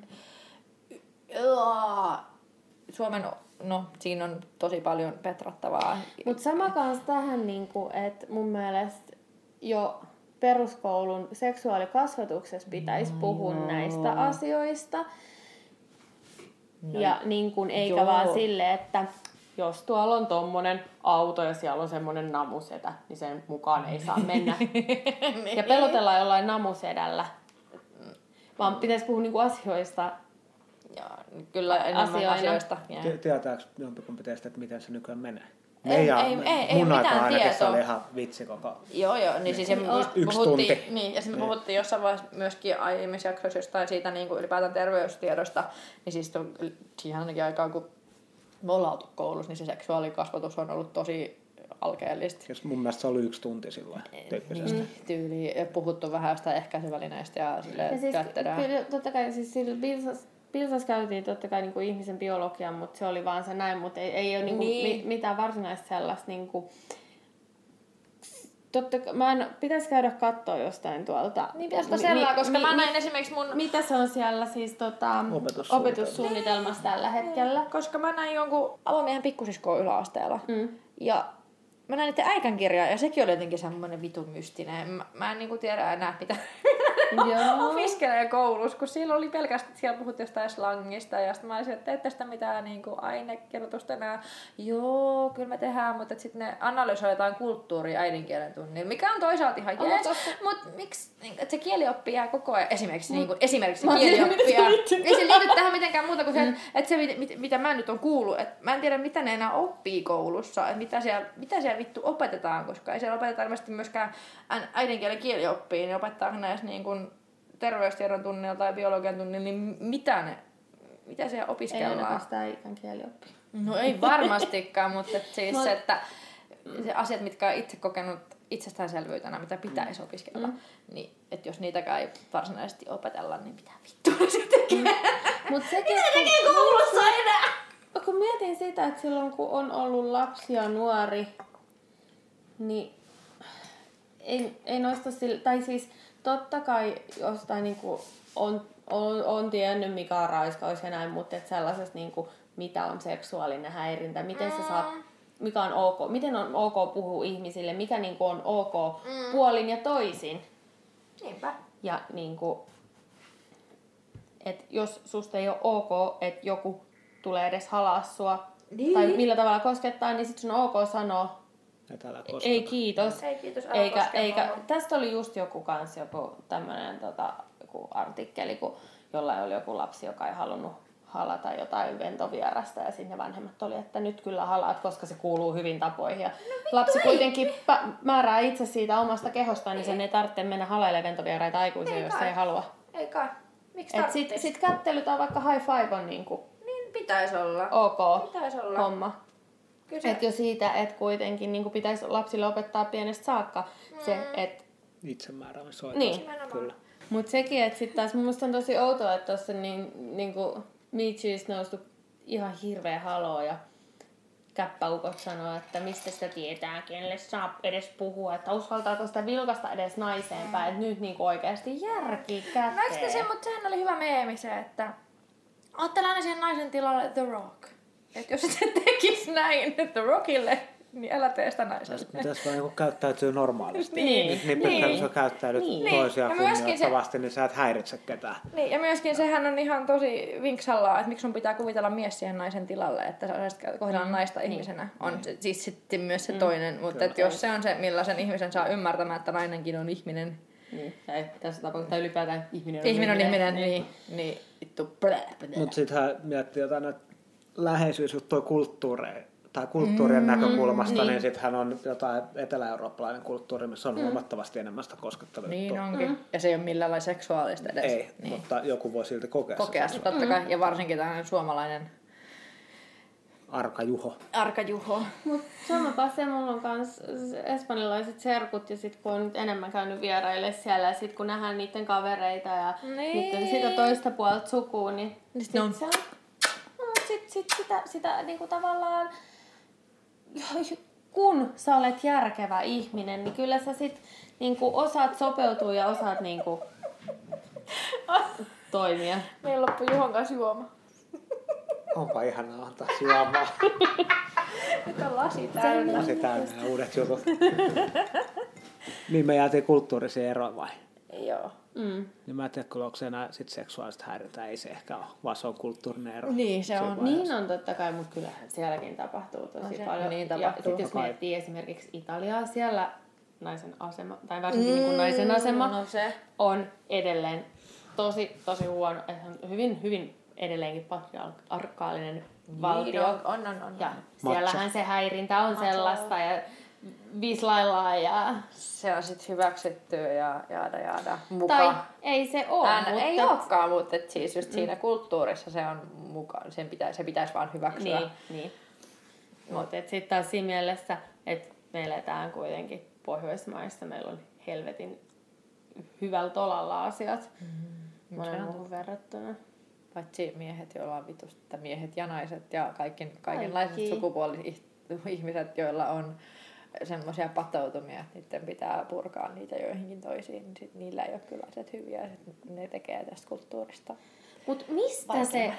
Suomen, no siinä on tosi paljon petrattavaa. Mutta sama kanssa tähän, niinku, että mun mielestä jo peruskoulun seksuaalikasvatuksessa pitäisi puhua no. näistä asioista. No. Ja niin kun, eikä Joo. vaan sille, että jos tuolla on tommonen auto ja siellä on semmonen namusetä, niin sen mukaan ei saa mennä. Ja pelotellaan jollain namusedällä. Vaan pitäisi puhua niinku asioista. Joo, kyllä enemmän asioista. Tietääkö jompikumpi teistä, että miten se nykyään menee? Ei, ei, ei, ei, ei mun mitään ainakin se tietoa. oli ihan vitsi koko... Joo, joo. Niin siis yksi tunti. Niin, ja sitten me puhuttiin jossain vaiheessa myöskin aiemmissa jaksoissa jostain siitä niin kuin ylipäätään terveystiedosta. Niin siis to, siihen ainakin aikaan, kun me ollaan oltu koulussa, niin se seksuaalikasvatus on ollut tosi alkeellista. Jos mun mielestä se oli yksi tunti silloin tyyppisesti. Niin, tyyliin. Ja puhuttu vähän jostain ehkäisyvälineistä ja silleen ja siis, kyllä, totta kai siis sillä Bilsas, Bilsas käytiin totta kai niinku ihmisen biologian, mutta se oli vaan se näin, mutta ei, ei ole niinku niin. mi, mitään varsinaista sellaista niinku... Totta, mä en, pitäisi käydä katsoa jostain tuolta. Niin pitäisi sellaa, koska mi, mä näin mi, esimerkiksi mun... Mitä se on siellä siis tota, opetussuunnitelmassa. opetussuunnitelmassa tällä hetkellä? Koska mä näin jonkun avomiehen pikkusiskoon yläasteella. Mm. Ja mä näin niiden äikänkirjaa ja sekin oli jotenkin semmoinen vitun mystinen. Mä, mä en niinku tiedä enää mitä opiskelee koulussa, kun siellä oli pelkästään, siellä puhuttiin jostain slangista ja sitten mä olisin, että teette sitä mitään niinku ainekirjoitusta enää. Joo, kyllä me tehdään, mutta sitten ne analysoi jotain kulttuuria äidinkielen tunnilla, mikä on toisaalta ihan jees, mutta miksi, että se kielioppi jää koko ajan, esimerkiksi, mm. niinku, esimerkiksi se kielioppi ja ei se liity tähän mitenkään muuta kuin se, mm. että se mit, mitä mä nyt on kuullut, että mä en tiedä mitä ne enää oppii koulussa, että mitä siellä, mitä siellä vittu opetetaan, koska ei siellä opeteta ilmeisesti myöskään äidinkielen kielioppia, niin opettaa näissä niin kuin terveystiedon tunnilla tai biologian tunnilla, niin mitä ne, mitä siellä opiskellaan? Ei ainakaan sitä äidinkielioppia. No ei varmastikaan, mutta et siis se, että se asiat, mitkä on itse kokenut itsestäänselvyytenä, mitä pitäisi opiskella, mm. niin että jos niitäkään ei varsinaisesti opetella, niin mitä vittua se tekee? Mm. Mut sekin, mitä ne tekee koulussa enää? Kun mietin sitä, että silloin kun on ollut lapsi ja nuori, niin ei, ei noista sille, tai siis totta kai jostain niinku on, on, on tiennyt mikä on raiskaus ja näin, mutta et sellaisesta niinku, mitä on seksuaalinen häirintä, miten sä saat, mikä on ok, miten on ok puhua ihmisille, mikä niinku on ok mm. puolin ja toisin. Niinpä. Ja niinku, että jos susta ei ole ok, että joku tulee edes halaa sua, niin. tai millä tavalla koskettaa, niin sit sun on ok sanoa, ei kiitos. Ei kiitos, eikä, eikä, tästä oli just joku kans joku tämmönen tota, joku artikkeli, kun jollain oli joku lapsi, joka ei halunnut halata jotain ventovierasta ja sinne vanhemmat oli, että nyt kyllä halaat, koska se kuuluu hyvin tapoihin. Ja no, lapsi kuitenkin pä- määrää itse siitä omasta kehostaan, niin sen ei tarvitse mennä halailemaan ventovieraita aikuisia, ei jos kai. Ei halua. Ei kai. Miksi et sit, sit kättely tai vaikka high five on niinku niin pitäisi olla. Ok pitäisi olla. Homma. Että jo siitä, että kuitenkin niin pitäisi lapsille opettaa pienestä saakka mm. se, että... Itsemääräämisoikeus. Niin. Kyllä. Mutta sekin, että sitten taas mun mielestä on tosi outoa, että tuossa niin, niin kuin Me Too's noustu ihan hirveä haloo ja käppäukot sanoo, että mistä sitä tietää, kenelle saa edes puhua, että uskaltaako sitä vilkasta edes naiseen päin, että nyt niin oikeasti järki käteen. Näetkö se, mutta sehän oli hyvä meemi se, että ottele aina sen naisen tilalle The Rock. Että jos se tekisi näin The Rockille, niin älä tee sitä naiselle. Pitäisi vaan niin käyttäytyy normaalisti. niin. Niin, niin, niin. Jos sä käyttäydyt niin. toisia kunnioittavasti, se... niin sä et häiritse ketään. Niin, ja myöskin sehän on ihan tosi vinksalla, että miksi sun pitää kuvitella mies siihen naisen tilalle, että sä kohdellaan mm. naista niin. ihmisenä. On mm. se, siis sitten myös se mm. toinen, mutta et jos se on se, millaisen ihmisen saa ymmärtämään, että nainenkin on ihminen. Niin, tai tässä tapauksessa ylipäätään ihminen on ihminen. Ihminen on ihminen, niin, niin vittu. Mutta sitten hän miettii jotain näitä läheisyys toi kulttuureja tai kulttuurien mm, näkökulmasta, niin, niin sitten hän on jotain etelä-eurooppalainen kulttuuri, missä on mm. huomattavasti enemmän sitä koskettavuutta. Niin onkin. Mm. Ja se ei ole millään lailla seksuaalista edes. Ei, niin. Mutta joku voi silti kokea, kokea sitä. Totta kai, mm. ja varsinkin tämmöinen suomalainen arkajuho. Arkajuho. Mut samapa se mulla on kans espanjalaiset serkut ja sit kun on nyt enemmän käynyt vieraille siellä ja sit kun nähdään niiden kavereita ja niin. niiden sitä toista puolta sukua, niin, niin sit, no. se on, no, sit, sit sitä, sitä niinku tavallaan kun sä olet järkevä ihminen, niin kyllä sä sit niinku osaat sopeutua ja osaat niinku toimia. Meillä loppui Juhon kanssa juoma. Onpa ihanaa antaa juomaa. Nyt on lasi täynnä. Lasi täynnä ja uudet jutut. Niin me jäätiin kulttuurisiin eroon vai? Joo. Mm. Niin mä en tiedä, onko se enää sit seksuaalista häirintää, ei se ehkä ole, vaan se on kulttuurinen ero. Niin se on. Niin on totta kai, mutta kyllähän sielläkin tapahtuu tosi no, paljon. Niin tapahtuu. Ja sit jos miettii esimerkiksi Italiaa, siellä naisen asema, tai varsinkin mm, niin kuin naisen asema, no se. on edelleen tosi, tosi huono, hyvin, hyvin edelleenkin patriarkaalinen valtio. Niin, on, on, on, ja on. Siellähän se häirintä on Matcha. Sellaista ja vislaillaan ja se on sitten hyväksytty ja jaada jaada mukaan. Tai ei se ole. Ään, mutta ei olekaan, mutta et siis just mm. siinä kulttuurissa se on mukaan. Sen pitä, se pitäisi vaan hyväksyä. Niin, niin. Mutta sitten taas siinä mielessä, että me eletään kuitenkin Pohjoismaissa. Meillä on helvetin hyvällä tolalla asiat. Mm. Monen muuhun verrattuna. Paitsi miehet, joilla on vitusta, miehet ja naiset ja kaiken, kaikenlaiset Kaikki. sukupuoli-ihmiset, joilla on semmoisia patoutumia, että niiden pitää purkaa niitä joihinkin toisiin, niin sit niillä ei ole kyllä asiat hyviä, ja ne tekee tästä kulttuurista. Mutta mistä vaikeaa. Se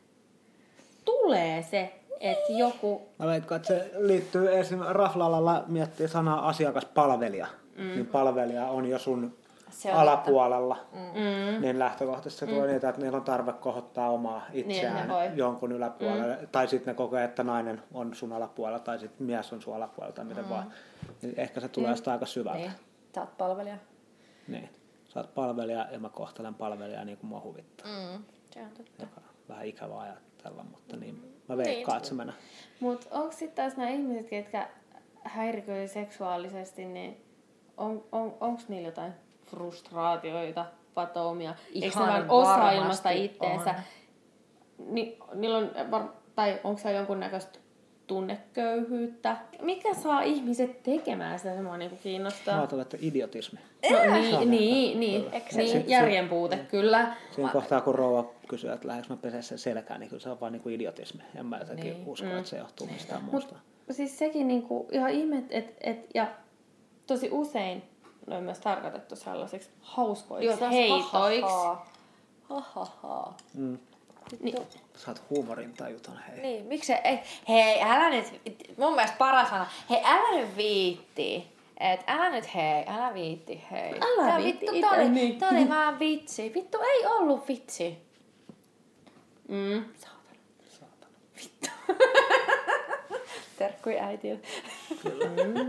tulee se, että joku... Mä veikkaan, että se liittyy esimerkiksi Raflalalla miettii sanaa asiakaspalvelija, mm. niin palvelija on jo sun alapuolella, mm. niin lähtökohtaisesti se tuo mm. niitä, että niillä on tarve kohottaa omaa itseään niin, jonkun yläpuolelle. Mm. Tai sitten ne kokee, että nainen on sun alapuolella, tai sitten mies on sun alapuolella, tai miten mm. vaan. Niin ehkä se tulee mm. sitä aika syvältä. Niin, sä oot palvelija. Niin, sä oot palvelija ja mä kohtelen palvelijaa niin kuin mua huvittaa. Mm. Se on totta. Joka on vähän ikävä ajatella, mutta niin mä veikkaan, että se menee. Mutta onko sitten taas nämä ihmiset, ketkä häiriköi seksuaalisesti, niin on, on, onko niillä jotain frustraatioita, patoumia, eikö ne vaan osaa ilmaista itteensä? Ni, niillä on, tai onko se jonkunnäköistä tunneköyhyyttä? Mikä saa ihmiset tekemään sitä, se mua niinku kiinnostaa? Mä ajattelin, että idiotismi. No, niin, niin, niin, niin järjenpuute, kyllä. Siinä kohtaa, kun rouva kysyy, että lähdekö mä pesee sen selkään, niin kyllä se on vaan niinku idiotismi. En mä jotenkin niin. usko, mm. että se johtuu mistään niin. muusta. Mut, siis sekin niinku, ihan ihme, että et, ja tosi usein ne on myös tarkoitettu sellaisiksi hauskoiksi heitoiksi. Hahaha. Mm. Niin. Sä oot huumorintajuton, hei. Niin, miksi ei, hei, älä nyt, mun mielestä paras sana, hei, älä nyt viitti. Et älä nyt hei, älä viitti, hei. Älä tää viitti vittu, tää oli, niin. tää oli vaan vitsi. Vittu, ei ollut vitsi. Mm. Saatana. Saatana. Vittu. Terkkui äitille. Kyllä.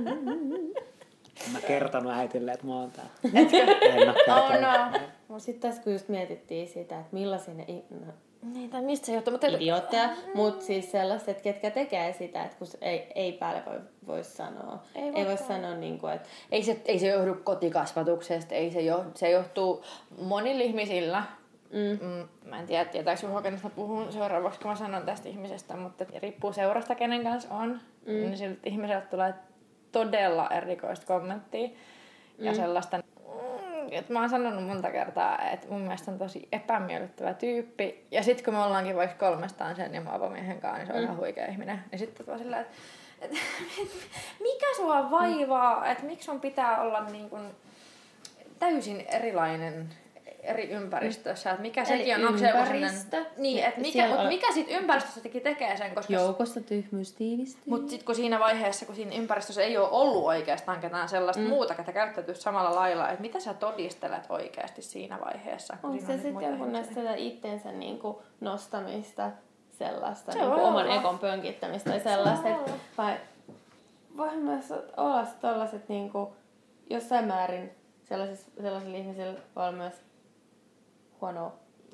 Mä kertonut äitille, että mä oon täällä. Etkö? En oo kertonut. Oh no. Sitten tässä kun just mietittiin sitä, että millaisia ne... No, niin, tai mistä se johtuu? Mutta idiootteja, mm. mutta siis sellaiset, ketkä tekee sitä, että kun ei, ei päälle voi, voi sanoa. Ei, ei voi sanoa niin kuin, että... Ei se, ei se johdu kotikasvatuksesta, ei se, jo, se johtuu monilla ihmisillä. Mm. Mm, mä en tiedä, tietääkö Juho, kenestä puhun seuraavaksi, kun mä sanon tästä ihmisestä, mutta riippuu seurasta, kenen kanssa on. Mm. Niin siltä ihmiseltä tulee todella erikoista kommenttia. Mm. Ja sellaista, mm, että mä oon sanonut monta kertaa, että mun mielestä on tosi epämiellyttävä tyyppi. Ja sit kun me ollaankin vaikka kolmestaan sen ja mä avomiehen kanssa, niin se on mm. ihan huikea ihminen. Ja sitten vaan silleen, että et, mikä sua vaivaa, että miksi sun pitää olla niin kun täysin erilainen eri ympäristössä, että mikä sekin on, onko se ympäristö. Niin, että mikä, mut mikä siitä ympäristössä teki tekee sen, koska... Joukossa tyhmyys tiivistyy. Mutta sitten kun siinä vaiheessa, kun siinä ympäristössä ei ole ollut oikeastaan ketään sellaista mm. muuta, ketä käyttäytyy samalla lailla, että mitä sä todistelet oikeasti siinä vaiheessa? Onko se sitten jonkun näistä itsensä niinku nostamista, sellaista niinku oman ekon pönkittämistä tai sellaista, et, vai voi myös olla tällaiset niinku, jossain määrin sellaisilla ihmisillä voi olla myös huonoa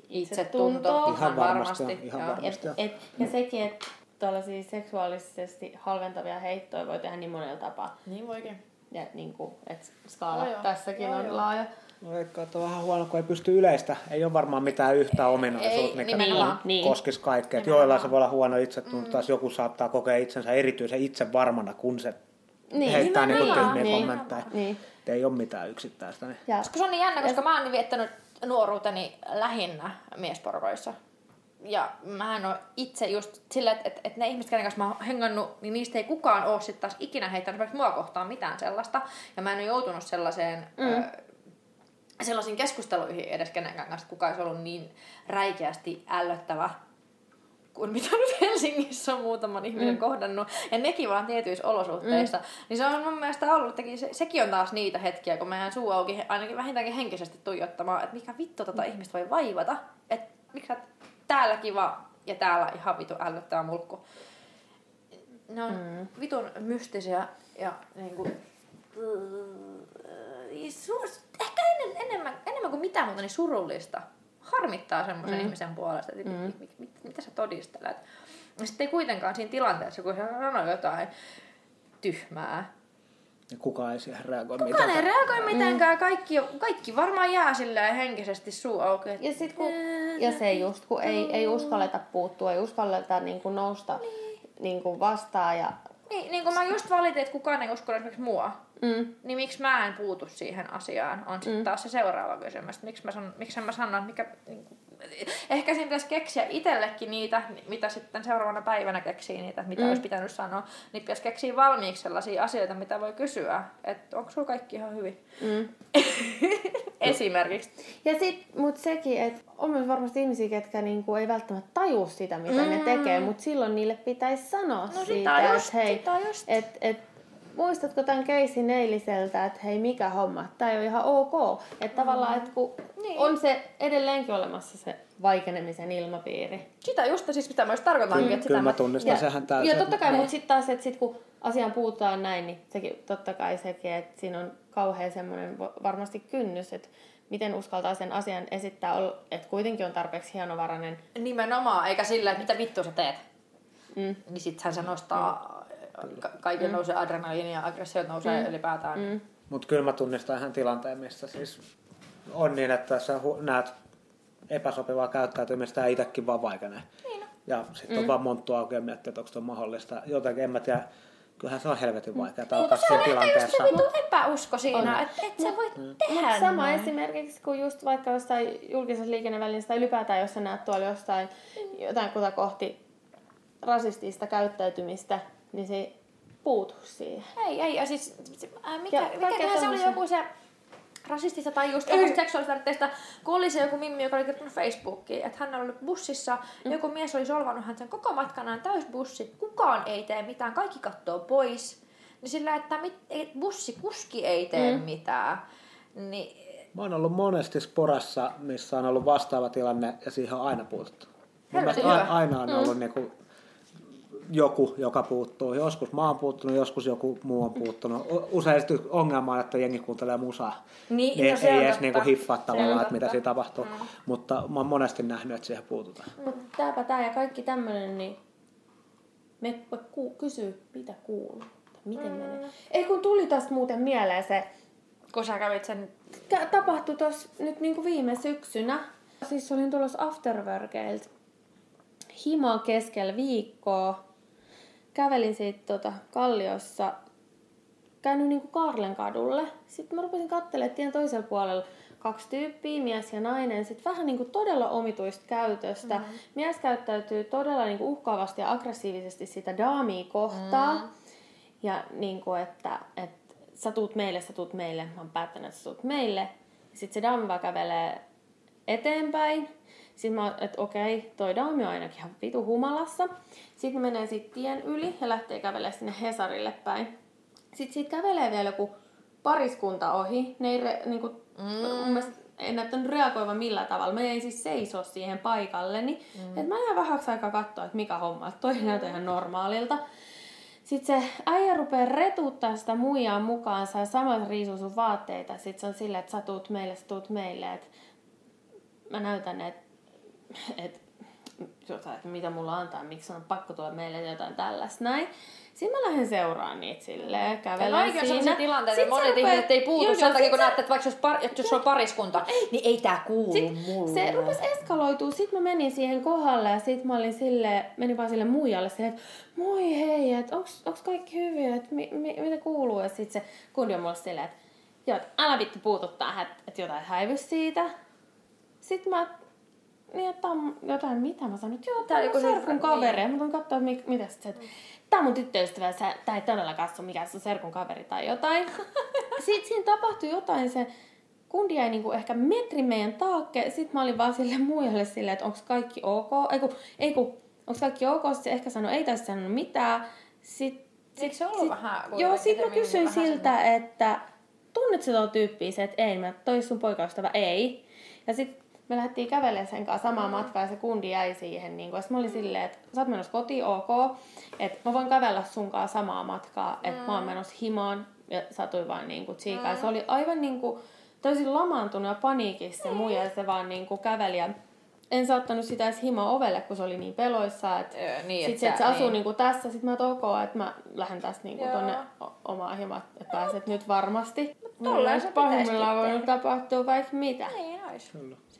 itsetunto. Ihan varmasti, varmasti. ihan Joo. varmasti. Et, et, ja sekin, että tällaisia seksuaalisesti halventavia heittoja voi tehdä niin monella tapaa. Niin voikin. Ja niin kuin, että skaala Joo, joo. tässäkin Joo, on joo. laaja. No veikkaan, että on vähän huono, kun ei pysty yleistä. Ei ole varmaan mitään yhtä ominaisuutta, Ei, mikä nimenomaan. Niin. koskisi kaikkea. Nimenomaan. Joillain se voi olla huono itsetunto, mm. taas joku saattaa kokea itsensä erityisen itsevarmana, kun se Niin, heittää niin nimenomaan. tyhmiä Niin. kommentteja. Niin. Et ei ole mitään yksittäistä. Niin. Ja, Koska se on niin jännä, koska mä oon viettänyt nuoruuteni lähinnä miesporukoissa. Ja mähän on itse just sillä, että, että, että ne ihmiset, kenen kanssa mä oon hengannut, niin niistä ei kukaan ole sitten taas ikinä heittänyt vaikka mua kohtaan mitään sellaista. Ja mä en ole joutunut sellaiseen, mm. ö, sellaisiin keskusteluihin edes kenenkään kanssa, että kukaan olisi ollut niin räikeästi ällöttävä kuin mitä nyt Helsingissä on muutaman ihmisen mm. kohdannut, ja nekin vaan tietyissä olosuhteissa, mm. niin se on mun mielestä ollut, että se, sekin on taas niitä hetkiä, kun meidän suu auki ainakin vähintäänkin henkisesti tuijottamaan, että mikä vittu tota mm. ihmistä voi vaivata, että miksi sä täällä kiva ja täällä ihan vitu ällöttävä mulkku. Ne on mm. vitun mystisiä ja niinku, ehkä ennen, enemmän, enemmän kuin mitään muuta niin surullista. Harmittaa semmoisen mm. ihmisen puolesta, että mm. mit, mit, mit, mitä sä todistelet. Ja sitten ei kuitenkaan siinä tilanteessa, kun hän sanoo jotain tyhmää. Ja kukaan ei siihen reagoi Kukaan mitenkään. ei reagoi mitenkään. Kaikki, kaikki varmaan jää silleen henkisesti suu auki. ja, sit, kun, ja se just, kun ei, ei uskalleta puuttua, ei uskalleta niin kuin nousta niin. Niin kuin vastaan. Ja... Niin, niin kuin mä just valitin, että kukaan ei usko esimerkiksi mua. Mm. Niin miksi mä en puutu siihen asiaan, on sitten mm. taas se seuraava kysymys. Miksi mä, san, miksi mä sanon, mikä... Niin kuin, ehkä siinä pitäisi keksiä itsellekin niitä, mitä sitten seuraavana päivänä keksii niitä, mitä mm. olisi pitänyt sanoa. Niin pitäisi keksiä valmiiksi sellaisia asioita, mitä voi kysyä. Että onko sulla kaikki ihan hyvin? Mm. Esimerkiksi. Ja sit, mut sekin, että on myös varmasti ihmisiä, ketkä niinku ei välttämättä tajua sitä, mitä mm. ne tekee, mutta silloin niille pitäisi sanoa no, siitä, että hei, just. et, et, muistatko tämän keisin eiliseltä, että hei, mikä homma, tämä on ihan ok. Että mm. tavallaan, että kun niin. on se edelleenkin olemassa se vaikenemisen ilmapiiri. Sitä just, siis mitä mä just tarkoitan. Kyllä, kyllä mä tunnistan ja, sehän täysin. Ja totta kai, mutta sitten taas, että sit kun asiaan puhutaan näin, niin sekin, totta kai sekin, että siinä on kauhean semmoinen varmasti kynnys, että miten uskaltaa sen asian esittää, että kuitenkin on tarpeeksi hienovarainen. Nimenomaan, eikä sillä, että mitä vittua sä teet. Mm. Niin sittenhän se nostaa, mm. ka- kaiken mm. nousee adrenaliini ja aggressiot nousee mm. ylipäätään. Mm. Mutta kyllä mä tunnistan ihan tilanteen, missä siis on niin, että sä hu- näet epäsopivaa käyttäytymistä ja itsekin vaan vaikenee. Niin. Ja sitten mm. on vaan monttu auki ja miettii, että onko se mahdollista. Jotenkin en mä tiedä. Kyllähän se on helvetin vaikeaa mm. alkaa siinä tilanteessa. Se on just se epäusko siinä, että et sä voit mm. tehdä sama näin. Esimerkiksi, kun just vaikka jostain julkisessa liikennevälineessä tai ylipäätään, jos sä näet tuolla jostain mm. jotain kuta kohti rasistista käyttäytymistä, niin se puutu siihen. Ei, ei. Ja siis, äh, mikä, mikä, mikä se oli joku se rasistista tai just seksuaalista, kun oli se joku mimmi, joka oli kirjoittanut Facebookiin, että hän oli ollut bussissa, mm. joku mies oli solvannut hän sen koko matkanaan täysbussi, kukaan ei tee mitään, kaikki katsoo pois, niin sillä, että mit, ei, bussikuski ei tee mm. mitään. Niin... Mä oon ollut monesti sporassa, missä on ollut vastaava tilanne ja siihen on aina puututtu. Mun mielestä aina on ollut mm. niinku joku, joka puuttuu. Joskus mä oon puuttunut, joskus joku muu on puuttunut. Usein ongelma on, että jengi kuuntelee musaa. Niin, niin no ei edes niinku hiffaa tavallaan, että mitä siinä tapahtuu. Mm. Mutta mä oon monesti nähnyt, että siihen puututaan. Mutta tääpä tää ja kaikki tämmönen, niin me ku- kysyy, mitä kuuluu. Miten mm. menee. Ei kun tuli tästä muuten mieleen se, kun sä kävit sen... Tapahtui tossa nyt niinku viime syksynä. Siis olin tulossa afterworkeilta. Himo keskellä viikkoa. Kävelin siitä tota, Kalliossa, käynyt niinku Kaarlen kadulle. Sitten mä rupesin katselemaan tien toisella puolella kaksi tyyppiä, mies ja nainen. Sitten vähän niinku todella omituista käytöstä. Mm. Mies käyttäytyy todella niinku uhkaavasti ja aggressiivisesti sitä daamia kohtaan. Mm. Ja niinku, että, että sä tuut meille, sä tuut meille. Mä oon päättänyt, että sä tuut meille. Sitten se daami vaan kävelee eteenpäin. Sitten mä oon, että okei, toi daami on ainakin ihan vitu humalassa. Sitten menee siitä tien yli ja lähtee kävelemään sinne Hesarille päin. Sitten siitä kävelee vielä joku pariskunta ohi. Ne ei re, niinku, mm. mun mielestä en näyttänyt reagoivan millään tavalla. Mä jäin siis seisoo siihen paikalleni. Mm. Et mä jäin vähäksi aikaa katsoa, että mikä homma. Että toi mm. näyttää ihan normaalilta. Sitten se äijä rupeaa retuttaa sitä muijaa mukaansa ja samalla riisuu sun vaatteita. Sitten se on silleen, että sä tuut meille, sä tuut meille. Et mä näytän, että että jotain, että mitä mulla antaa, miksi on pakko tuoda meille jotain tällaista näin. Sitten mä lähden seuraamaan niitä silleen, kävelen siinä. On sellaisia tilanteita, että monet ihmiset ei puutu sen takia, kun näette, että vaikka jos, par, jos on pariskunta, ei, niin ei tää kuulu sit mulle. Se rupesi eskaloitua, sit mä menin siihen kohdalle ja sit mä olin silleen, menin vaan sille muijalle silleen, että moi hei, että onks, onks kaikki hyviä, että mi, mi, mitä kuuluu? Ja sit se kundi on mulle silleen, että joo, älä vittu puutu tähän, että, että jotain häivys siitä. Sitten mä niin, että on jotain, mitä mä sanoin, joo, tää on serkun kaveri. Ja mä voin katsoa, mitä sit se, että tää on mun tyttöystävä, tää ei todellakaan ole mikään sun serkun kaveri tai jotain. Sitten siinä tapahtui jotain, se kundi jäi niinku ehkä metrin meidän taakke. Sitten mä olin vaan sille muijalle silleen, että onko kaikki ok. Ei kun, ei kun onko kaikki ok, sitten se ehkä sanoi, ei taisi sanonut mitään. Sitten, Eikö se ollut sit, vähän? Joo, sitten mä kysyin siltä, sinne, että tunnet sä tuon tyyppiä, se, että ei, mä toi sun poikaystävä, ei. Ja sitten me lähdettiin kävelemään sen kanssa samaa matkaa ja se kundi jäi siihen. Niin kun, mä olin silleen, että sä oot menossa kotiin, ok. Että mä voin kävellä sun kanssa samaa matkaa. Että mm. mä oon menossa himaan ja satui vaan niinku tsiikaa. Mm. Se oli aivan niinku täysin lamaantunut ja paniikissa se muija ja se vaan niinku käveli. Ja en saattanut sitä edes himaa ovelle, kun se oli niin peloissa. Että niin, sit se, että se asuu niin. niinku tässä. Sitten mä oon ok, että mä lähden tästä niinku tonne omaan himaan, että pääset nyt varmasti. Tolleen se pahimmillaan voinut tapahtua vaikka mitä. Niin, ois.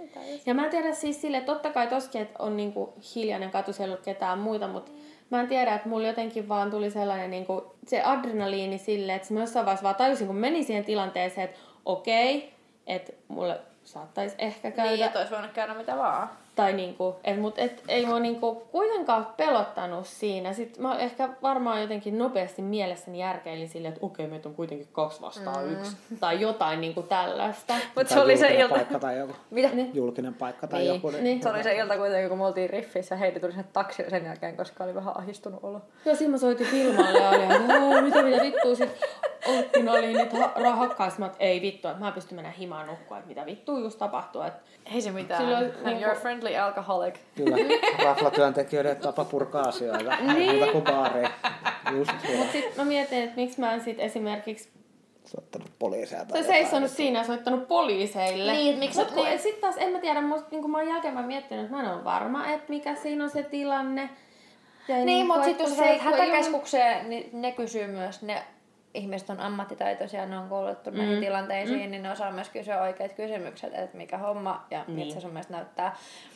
Ja mä en tiedä siis silleen, totta kai toskin, että on niinku hiljainen katu, siellä ei ollut ketään muita, mutta mä en tiedä, että mulla jotenkin vaan tuli sellainen niinku, se adrenaliini silleen, että mä jossain vaiheessa vaan tajusin, kun meni siihen tilanteeseen, että okei, että mulle saattaisi ehkä käydä. Niin, että olisi voinut käydä mitä vaan. Tai niinku, et, mut et, ei mua niinku kuitenkaan pelottanut siinä. Sitten mä ehkä varmaan jotenkin nopeasti mielessäni järkeilin silleen, että okei, meitä on kuitenkin kaksi vastaan mm. yksi. Tai jotain niinku tällaista. Mutta se oli se ilta. Paikka tai joku. Mitä? Julkinen paikka tai niin. joku. Niin. Se oli se ilta kuitenkin, kun me oltiin Riffissä ja Heidi tuli sinne taksille sen jälkeen, koska oli vähän ahistunut olo. Joo, siinä mä soitin Filmalle ja olin, että mitä mitä vittua sit. Olkkin oli nyt ha- hakkaas, että ei vittu, että mä pystyn mennä himaan nukkua, että mitä vittua just tapahtuu. Että ei se mitään. Silloin, I'm niin your friendly alcoholic. Kyllä, raflatyöntekijöiden tapa purkaa asioita. Niin. Muuta kuin baariin. Mutta sitten mä mietin, että miksi mä en sit esimerkiksi soittanut poliiseja tai se seisonut siinä ja soittanut poliiseille. Niin, miksi Mut niin. Sitten taas en mä tiedä, musta, niin kun mä oon jälkeen miettinyt, että mä en ole varma, että mikä siinä on se tilanne. Ja niin, niin mutta sitten jos sä menet hätäkeskukseen, on... niin ne kysyy myös, ne ihmiset on ammattitaitoisia, ne on koulutettu mm. näihin tilanteisiin, mm. niin ne osaa myös kysyä oikeat kysymykset, että mikä homma ja niin. miltä se sun mielestä näyttää.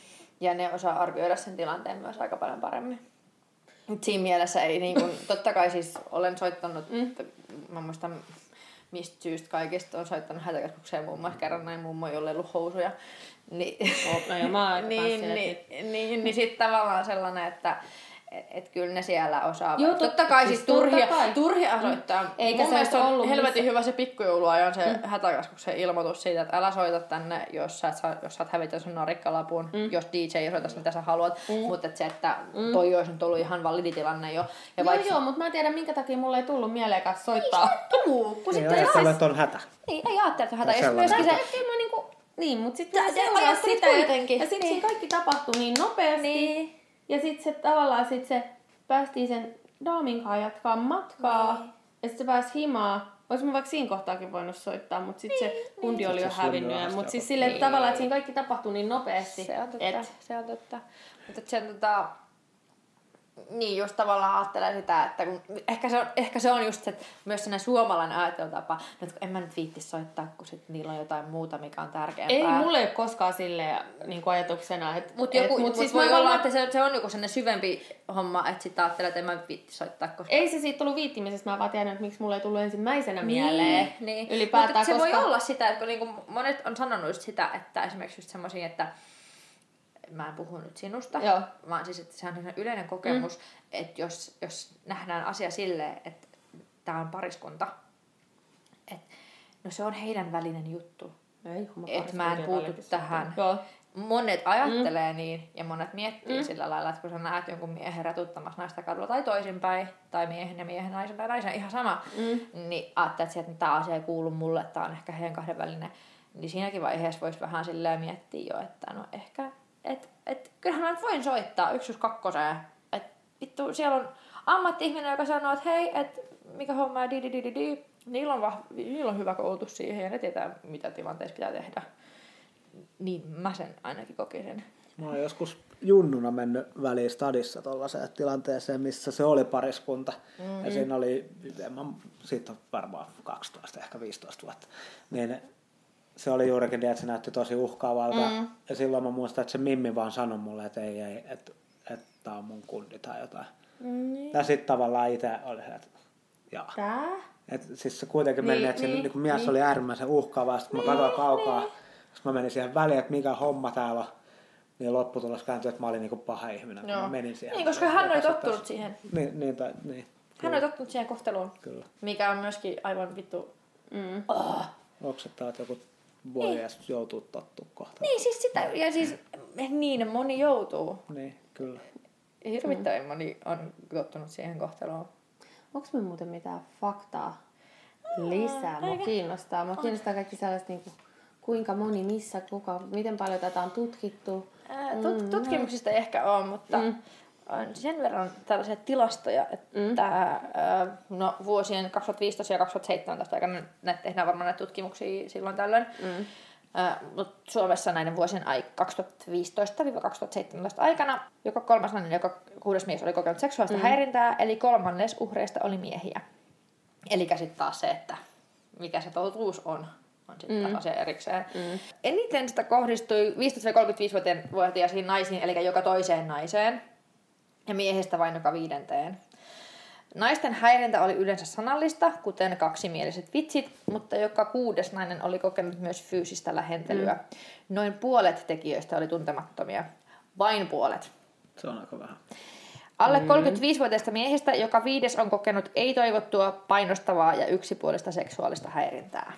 Ja ne osaa arvioida sen tilanteen myös aika paljon paremmin. Mut siinä mielessä ei niin kun, totta kai siis olen soittanut, mm. mä muistan mistä syystä kaikista on soittanut hätäkeskukseen muun muassa kerran näin mummo, jolle ei ollut housuja. Ni, no, ja mä niin, niin, niin, niin, niin sitten tavallaan sellainen, että et, et kyllä ne siellä osaa. Joo, totta, totta kai siis turhia, kai. turhia soittaa. Mm. Eikä mun se mielestä on helvetin missä... hyvä se pikkujouluajan se mm. hätäkeskuksen ilmoitus siitä, että älä soita tänne, jos sä, et saa, jos sä oot hävittänyt sun narikkalapuun, mm. jos D J ei soita mitä sä haluat. Mm. Mutta se, että mm. toi olisi nyt ollut ihan validi tilanne jo. Ja joo, joo, mutta mä en tiedä minkä takia mulle ei tullut mieleenkaan soittaa. Ei tuu, kun niin, sitten ajattelu, että on hätä. Niin, ei ajattele, että on hätä. Ja myöskin se... Niinku... Niin, mutta sitten se ajattelit sitä, kuitenkin. Ja sitten niin. kaikki tapahtui niin nopeasti. Niin. Ja sitten se tavallaan sit se päästiin sen daamin kanssa jatkaa matkaa. Niin. Ja sitten se pääsi himaa. Olisi mä vaikka siinä kohtaakin voinut soittaa, mutta sitten niin. se kundi oli jo hävinnyt. Mutta siis silleen, että tavallaan, että siinä kaikki tapahtui niin nopeasti. Se on totta, et... se on totta. Mutta sen tota... Niin, just tavallaan ajattelee sitä, että kun, ehkä, se on, ehkä se on just se, että myös sellainen suomalainen ajattelutapa, että en mä nyt viitti soittaa, kun sit niillä on jotain muuta, mikä on tärkeämpää. Ei, mulla ei ole koskaan silleen niin kuin ajatuksena, että... Mutta mut mut siis voi olla, että se, se on joku sellainen syvempi homma, että sit ajattelee, että en mä nyt viitti soittaa. Koska... Ei se siitä tullut viittimisestä, mä vaan tiedän, että miksi mulla ei tullut ensimmäisenä mieleen. Niin, niin. Ylipäätään, mutta koska... se voi olla sitä, että kun niinku monet on sanonut just sitä, että esimerkiksi just semmosia, että mä en puhu nyt sinusta, Joo. vaan siis, että se on yleinen kokemus, mm. että jos, jos nähdään asia silleen, että tää on pariskunta, että no se on heidän välinen juttu, että mä en puutu tähän. Joo. Monet ajattelee mm. niin, ja monet miettii mm. sillä lailla, että kun sä näet jonkun miehen rätuttamassa naista kadulla tai toisinpäin, tai miehen ja miehen, naisen tai naisen, ihan sama, mm. niin ajattelet, että tämä asia ei kuulu mulle, että tää on ehkä heidän kahden välinen, niin siinäkin vaiheessa voisi vähän silleen miettiä jo, että no ehkä että et, kyllähän mä nyt voin soittaa yksi kakkoseen. Että vittu, siellä on ammatti-ihminen, joka sanoo, että hei, että mikä homma ja di di di di di. Niillä on, vah- niillä on hyvä koulutus siihen ja ne tietää, mitä tilanteessa pitää tehdä. Niin mä sen ainakin kokisin. Mä oon joskus junnuna mennyt väliin stadissa tuollaiseen tilanteeseen, missä se oli pariskunta. Mm-hmm. Ja siinä oli, mä, siitä on varmaan kaksitoista, ehkä viisitoista vuotta. Niin se oli juurikin niin, että se näytti tosi uhkaavalta. Mm. Ja silloin mä muistan, että se Mimmi vaan sanoi mulle, että ei, ei, että, että tää on mun kundi tai jotain. Mm. Ja sitten tavallaan itse oli se, että jaa. Tää? Et siis se kuitenkin meni, niin, että se niin, niin, mies niin. oli äärimmäisen uhkaava. Sitten kun mä katsoin kaukaa, niin. Mä menin siihen väliin, että mikä homma täällä on. Niin lopputulos kääntyi, että mä olin niinku paha ihminen, kun mä menin siihen. Niin, koska hän oli tottunut siihen. Niin, niin, tai, niin. Hän oli tottunut siihen kohteluun. Kyllä. Mikä on myöskin aivan vittu... Mm. Oh. Oksettaa, että joku voi niin. edes joutuu tottua kohtaan. Niin, siis sitä, ja siis niin moni joutuu. Niin, kyllä. Hirvittävän mm. moni on tottunut siihen kohteluun. Onko me muuten mitään faktaa lisää? Mua kiinnostaa. Mua kiinnostaa kaikki sellaiset, niin kuin, kuinka moni, missä, kuka, miten paljon tätä on tutkittu. Ää, tut- tutkimuksista ei ehkä ole, mutta mm. on sen verran tällaisia tilastoja, että mm. no, vuosien kaksituhattaviisitoista ja kaksituhattaseitsemäntoista aikana näitä tehdään varmaan näitä tutkimuksia silloin tällöin. Mm. Mutta Suomessa näiden vuosien kaksituhattaviisitoista kaksituhattaseitsemäntoista aikana joka kolmas nainen, joka kuudes mies oli kokenut seksuaalista mm. häirintää, eli kolmannes uhreista oli miehiä. Eli sitten taas se, että mikä se totuus on, on sitten mm. asia erikseen. Mm. Eniten sitä kohdistui viisitoista-kolmekymmentäviisi-vuotiaisiin naisiin, eli joka toiseen naiseen, ja miehistä vain joka viidenteen. Naisten häirintä oli yleensä sanallista, kuten kaksimieliset vitsit, mutta joka kuudes nainen oli kokenut myös fyysistä lähentelyä. Mm. Noin puolet tekijöistä oli tuntemattomia. Vain puolet. Se on aika vähän. Alle kolmekymmentäviisivuotiaista miehistä joka viides on kokenut ei-toivottua, painostavaa ja yksipuolista seksuaalista häirintää.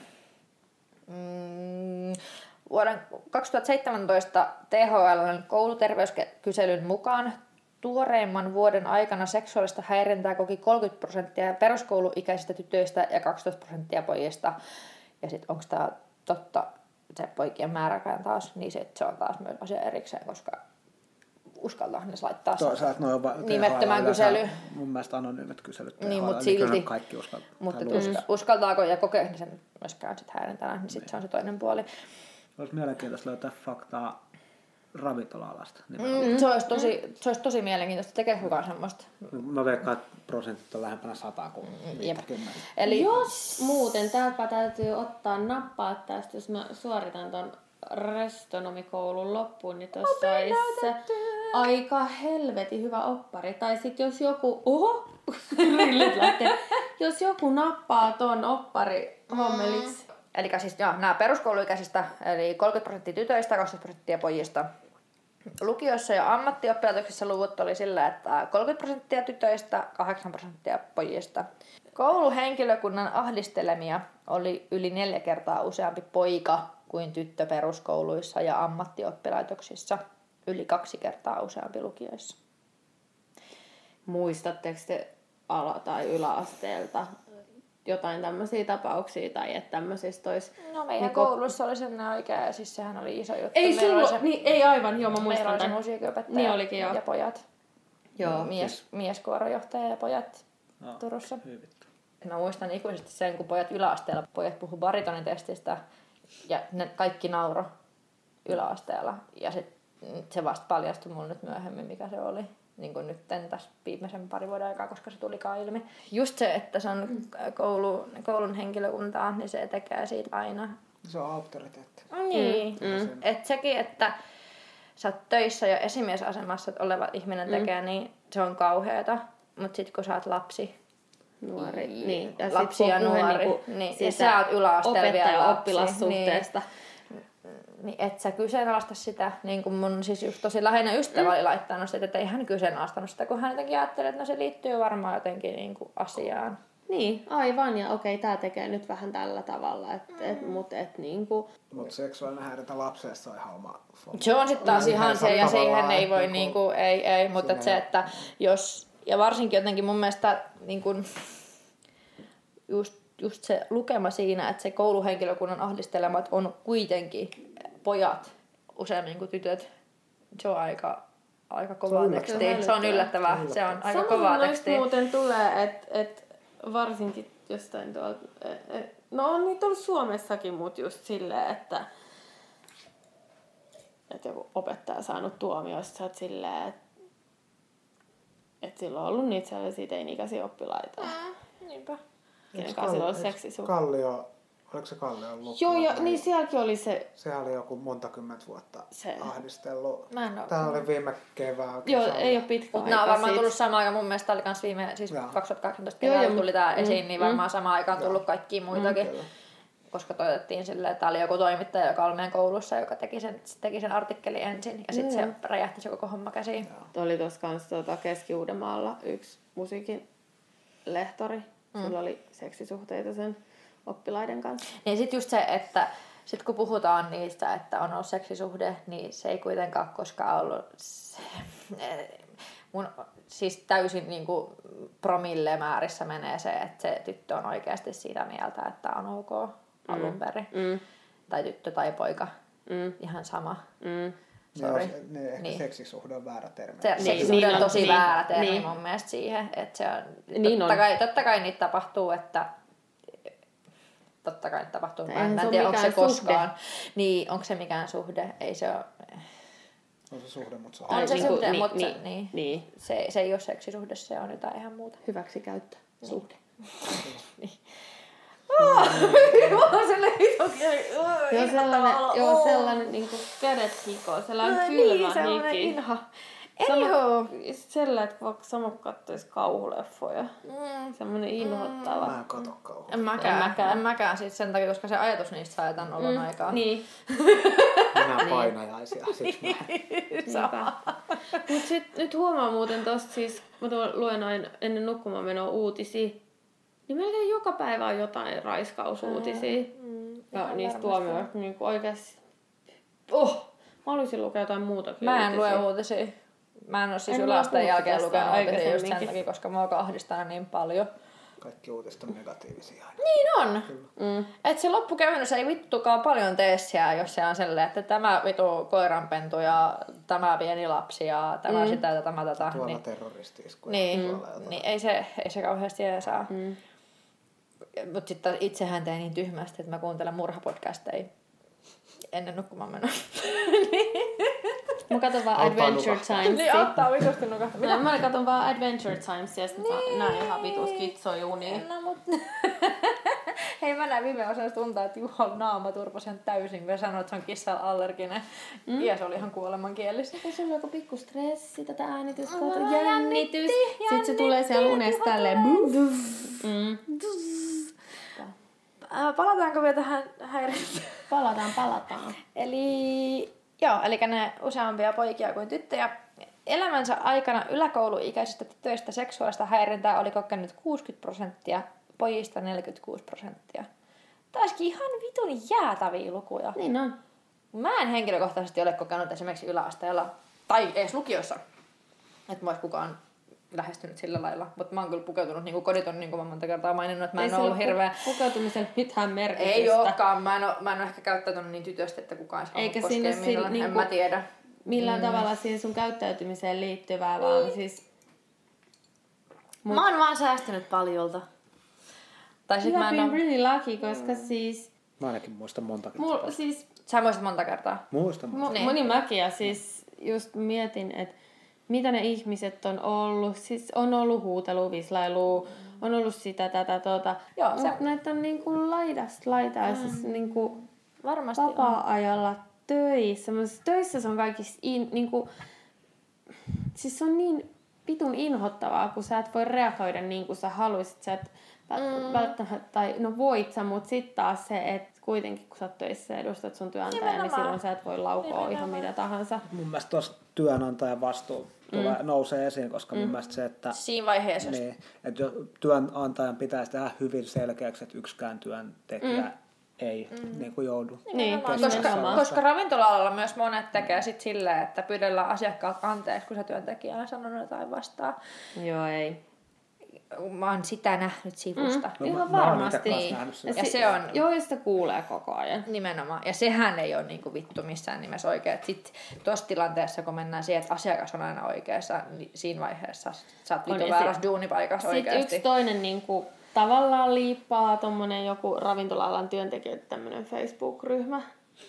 Mm. Vuoden kaksituhattaseitsemäntoista T H L:n kouluterveyskyselyn mukaan tuoreimman vuoden aikana seksuaalista häirintää koki kolmekymmentä prosenttia peruskouluikäisistä tytöistä ja kaksitoista prosenttia pojista. Ja sitten onko tämä totta, se poikien määräkään taas, niin se, se on taas myös asia erikseen, koska uskaltaa ne laittaa toisaalta noin va- nimettömän kysely. Mun mielestä anonyymit kyselyt. Niin, mutta silti. Kaikki uskaltaa. Mutta uska, uskaltaako ja kokee sen myöskään sit häirintänä, niin sitten se on se toinen puoli. Olisi mielenkiintoista löytää faktaa ravintola-alasta. Mm, se, olisi tosi, se olisi tosi mielenkiintoista. Tekee kukaan semmoista? Mä veikkaan, että prosentit on lähempänä sataa kuin viisikymmentä. Eli jos muuten täältä täytyy ottaa nappaa tästä, jos mä suoritan ton restonomikoulun loppuun, niin tuossa olisi se aika helvetin hyvä oppari. Tai sitten jos joku, oho, lähtee, jos joku nappaa ton oppari hommeliksi. Eli siis joo, nämä peruskouluikäisistä, eli kolmekymmentä prosenttia tytöistä, kaksikymmentä prosenttia pojista. Lukiossa ja ammattioppilaitoksissa luvut oli sillä, että kolmekymmentä prosenttia tytöistä, kahdeksan prosenttia pojista. Kouluhenkilökunnan ahdistelemia oli yli neljä kertaa useampi poika kuin tyttö peruskouluissa ja ammattioppilaitoksissa. Yli kaksi kertaa useampi lukioissa. Muistatteko te ala- tai yläasteelta jotain tämmöisiä tapauksia tai että tämmöisistä olisi... No meidän niin koulussa oli sellainen oikea ja siis sehän oli iso juttu. Ei sulla, se, niin, ei aivan, joo mä muistan. Meillä oli se musiikinopettaja niin olikin, joo. Ja pojat. Joo. Mies, siis... Mieskuorojohtaja ja pojat no, Turussa. Hyvittä. Mä muistan ikuisesti sen, kun pojat yläasteella, pojat puhu baritonitestistä ja ne kaikki nauro yläasteella. Ja sit, se vasta paljastui mulle nyt myöhemmin, mikä se oli. Niin kuin nyt tässä viimeisen parin vuoden aikaa, koska se tulikaan ilmi. Just se, että se on koulu, koulun henkilökuntaa, niin se tekee siitä aina. Se on auktoriteetti. Niin. Mm. Mm. Että sekin, että sä oot töissä ja esimiesasemassa oleva ihminen tekee, mm. niin se on kauheata. Mutta sitten kun sä oot lapsi, nuori, niin. Ja lapsi ja nuori, niinku niin. Ja sä oot yläasteella vielä oppilassuhteesta. Niin. Niin et sä kyseenalaista sitä, niin kuin mun siis just tosi läheinen ystävä oli laittanut sitä, että ei hän kyseenalaistanut sitä, kun hän jotenkin ajatteli, että no se liittyy varmaan jotenkin niin kuin asiaan. Niin, aivan, ja okei, tää tekee nyt vähän tällä tavalla, et, mm. et, mutta et niinku... Mut seksuaalinen häirintä lapsessa on ihan oma... Se on sitten taas ihan se, ja siihen ei voi niinku, ei, ei, mutta et se, että jos, ja varsinkin jotenkin mun mielestä niin kuin, just, just se lukema siinä, että se kouluhenkilökunnan ahdistelemat on kuitenkin pojat useammin kuin tytöt, se on aika, aika kovaa tekstiä. Se on yllättävää. Se on aika kovaa tekstiä. Muuten tulee, että et varsinkin jostain tuolta, et, et, no on niitä ollut Suomessakin, mutta just silleen, että että joku opettaja saanut tuomioista, sä oot silleen, että et sillä on ollut niitä sellaisia teini-ikäisiä oppilaita. Mm, niinpä. Kenen kanssa sillä on seksisuhde. Kallio, oliko se Kallio ollut? Joo, jo, niin sielläkin oli se... Se oli joku monta kymmentä vuotta se. ahdistellut. Mä en oo. Tää oli viime kevään. Joo, ei ole pitkä aika. Nämä on varmaan sit. tullut samaan aikaan. Mun mielestä oli kans viime, siis Joo. kaksituhattakahdeksantoista Joo, keväällä joo, tuli tää mm, esiin, niin varmaan mm. samaan aikaan tullut kaikkia muitakin. Kyllä. Koska toitettiin silleen, että oli joku toimittaja, joka oli meidän koulussa, joka teki sen, teki sen artikkelin ensin. Ja sitten se räjähti se koko homma käsiin. Tuo oli tuossa kanssa tuota Keski-Uudemaalla yksi musiikin lehtori. Mm. Sulla oli seksisuhteita sen oppilaiden kanssa. Niin sit just se, että sit kun puhutaan niistä, että on ollut seksisuhde, niin se ei kuitenkaan koskaan ollut se, mun, siis täysin niinku promille määrissä menee se, että se tyttö on oikeasti siitä mieltä, että on ok alun perin. Mm. Tai tyttö tai poika. Mm. Ihan sama. Mm. Sorry. Niin, niin, ehkä Niin. seksisuhde on väärä termi. Se, Niin, seksisuhde niin on on, tosi niin, väärä termi niin. mun mielestä siihen, että se on, Niin totta, on. kai, totta kai niitä tapahtuu, että totta kai niitä tapahtuu, Eihän mä se en ole tiedä, onko se mikään koskaan, niin onko se mikään suhde, ei se ole, On se suhde, mutta se on. on Ai, se niinku, suhde, niin, mutta niin, se, niin, niin. Se, se ei ole seksisuhde, se on jotain ihan muuta. Hyväksikäyttö. Suhde. Mä oon silleen Joo, sellainen, joo, sellainen niinku kädet hikoo, sellainen kylmä sellainen hiki. inho. Sama, Anywho. sellainen, että vaikka sama kun kattois kauhuleffoja. Mm. Semmoinen inhottava. Mä en kato kauan. En mäkään, En mäkään. en mäkään siis sen takia, koska se ajatus niistä saa jotain olon aikaa. Niin. Minä painajaisia, siksi mä. Niinpä. Mut sit, nyt huomaa muuten tosta siis, mä tuon luen aina ennen nukkumaan menoa uutisia, niin melkein joka päivä on jotain raiskausuutisia. Mm, Ja ihan niistä varmasti. tuomioista niinku oikeesti... Oh! Mä haluaisin lukea jotain muutakin Mä en uutisia. lue uutisia. Mä en oo siis En yläasteen mä jälkeen puhuttu tästä lukenut uutisia just sen aikaisemminkin. takia, koska mua ahdistaa niin paljon. Kaikki uutiset on negatiivisia aina. Niin on. Mm. Et se loppukevennys ei vittukaan paljon tee siellä, jos se on silleen, että tämä vitu koiranpentu ja tämä pieni lapsi ja tämä Mm. sitä ja tämä tätä. Tuolla Niin, terroristi-iskuja. niin, tuolla jotain. niin ei, se, ei se kauheasti saa. Mm. Mutta sitten itsehän tein niin tyhmästi, että mä kuuntelen murhapodcasteja ennen nukkumaan menoa. Mä katon vaan Auttaa Adventure nukahtaa. Times. niin auttaa vitusti nukahtaa. Mitä? Mä katon vaan Adventure Times ja sitten niin. näin ihan vitus kitsojunia. No, mut... Hei, mä näin viime osassa tuntaa, että Juhon naama turposi ihan täysin, kun sanoi, että se on kissalla allerginen. Mm. Ja se oli ihan kuolemankielistä. Ja sulla on joku pikku stressi, tätä äänitystä, Aa, kato, jännitys. jännitti, Sitten se tulee siellä unesta tälleen. Mm. Äh, palataanko vielä tähän häirintään? Palataan, palataan. Eli, joo, eli ne useampia poikia kuin tyttöjä. Elämänsä aikana yläkouluikäisistä tytöistä seksuaalista häirintää oli kokenut kuusikymmentä prosenttia, pojista neljäkymmentäkuusi prosenttia. Taisikin ihan vitun jäätäviä lukuja. Niin on. Mä en henkilökohtaisesti ole kokenut esimerkiksi yläasteella tai edes lukiossa, että mä ois kukaan lähestynyt sillä lailla. Mutta mä oon kyllä pukeutunut niin kuin koditon, niin kuin mä monta kertaa maininnut, että mä en Ei ole ollut sillä hirveä... pukeutumisella mitään merkitystä. Ei olekaan. Mä en ole, mä en ole ehkä käyttäytynyt niin tytöstä, että kukaan ei Eikä koskee sinne minulle. sil- niinku- En mä tiedä. Millään mm. tavalla siihen sun käyttäytymiseen liittyvää, vaan siis... Mut... Mä oon vaan säästynyt paljolta. Tai sit You mä have en been oo... really lucky, koska mm. siis... Mä ainakin muistan monta Mul, kertaa. siis Sä muistat monta kertaa. Muistan, Mu- muistan. Niin. Moni mäkin ja siis just mietin, että mitä ne ihmiset on ollut. Siis on ollut huutelua, vislailua, on ollut sitä, tätä, tota. Joo, Mutta se- näitä on niinku laidasta laitaa. Mm. Siis niinku Varmasti on. vapaa-ajalla töissä. Mutta töissä se on kaikista in, niinku, siis se on niin vitun inhottavaa, kun sä et voi reagoida niin kuin sä haluisit. Sä et mm. välttämättä, tai no voit sä, mutta sitten taas se, että kuitenkin kun sä oot töissä ja edustat sun työnantajan, niin Nimenomaan. silloin sä et voi laukoa ihan mitä tahansa. Mun mielestä tuossa työnantajan vastuu tulee, mm. nousee esiin, koska mm. mun mielestä se, että, Siinä vaiheessa. Niin. niin, että jo työnantajan pitäisi tehdä hyvin selkeäksi, että yksikään työntekijä mm. ei mm. niin kuin joudu. Niin, Koska, nimenomaan. koska ravintola-alalla myös monet tekee sit silleen, että pyydellään asiakkaat anteeksi, kun se työntekijä on sanonut jotain vastaan. Joo, ei. Mä oon sitä nähnyt sivusta. Mm. Ihan mä, mä oon varmasti. itse kanssa Niin. nähnyt sen. Ja se on- Joo, ja sitä kuulee koko ajan. Nimenomaan. Ja sehän ei ole niinku vittu missään nimessä oikein. Sitten tuossa tilanteessa, kun mennään siihen, että asiakas on aina oikeassa, niin siinä vaiheessa sä oot On, vittu ja väärässä sit- duunipaikassa Sitten oikeasti. yksi toinen niin kuin, tavallaan liippaa tommonen joku ravintola-alan työntekijöiden tämmönen Facebook-ryhmä,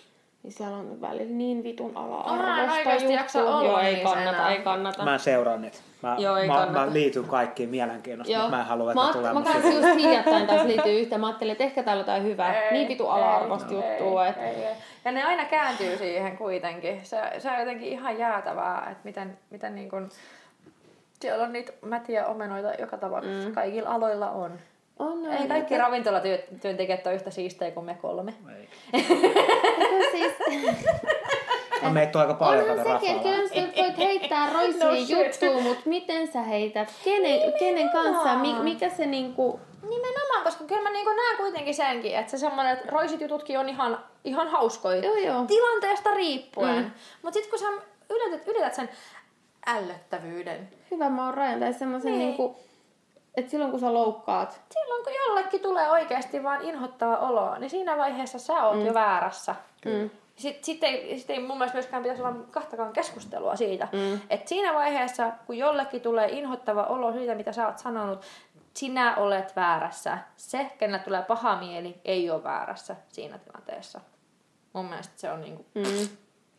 niin siellä on välillä niin vitun Aa, en ala-arvosta oikeesti jaksa juttua. olla Joo, ei niissä kannata, enää. ei kannata. Mä seuraan niitä. Mä, Joo, ei mä, kannata. mä liityn kaikkiin mielenkiinnosta, Joo. mutta mä en halua, että mä, tulee mä mun kanssa just hiljattain taas liityin yhteen. Mä ajattelin, että ehkä täällä on jotain hyvää. Ei, niin vitu ala-arvosta ei, juttua. ei, Että... ei, ei. Ja ne aina kääntyy siihen kuitenkin. Se, se on jotenkin ihan jäätävää, että miten, miten niin kun, siellä on niitä mätiä omenoita joka tapauksessa. Mm. Kaikilla aloilla on. On, on, Ei kaikki että... ravintolatyöntekijät ole yhtä siistejä kuin me kolme. Ei. siis... On meitä aika paljon Onhan kato sekin, Rafalla. kyllä sä voit heittää roisia No no shit. juttuja, mutta miten sä heität? Kenen, kenen kanssa? Mi, mikä se niinku... Nimenomaan, koska kyllä mä niinku näen kuitenkin senkin, että se semmoinen, että roisit jututkin on ihan, ihan hauskoja. Joo, joo. Tilanteesta riippuen. Mm. Mutta sitten kun sä ylität, ylität sen ällöttävyyden, Hyvä mä oon rajan tai semmoisen Niin. niinku... Että silloin kun sä loukkaat... silloin kun jollekin tulee oikeasti vaan inhottava olo, niin siinä vaiheessa sä oot mm. jo väärässä. Mm. Sitten sit ei, sit ei mun mielestä myöskään pitäisi olla kahtakaan keskustelua siitä. Mm. Että siinä vaiheessa, kun jollekin tulee inhottava olo siitä, mitä sä oot sanonut, sinä olet väärässä. Se, kenellä tulee paha mieli, ei ole väärässä siinä tilanteessa. Mun mielestä se on niinku... Mm.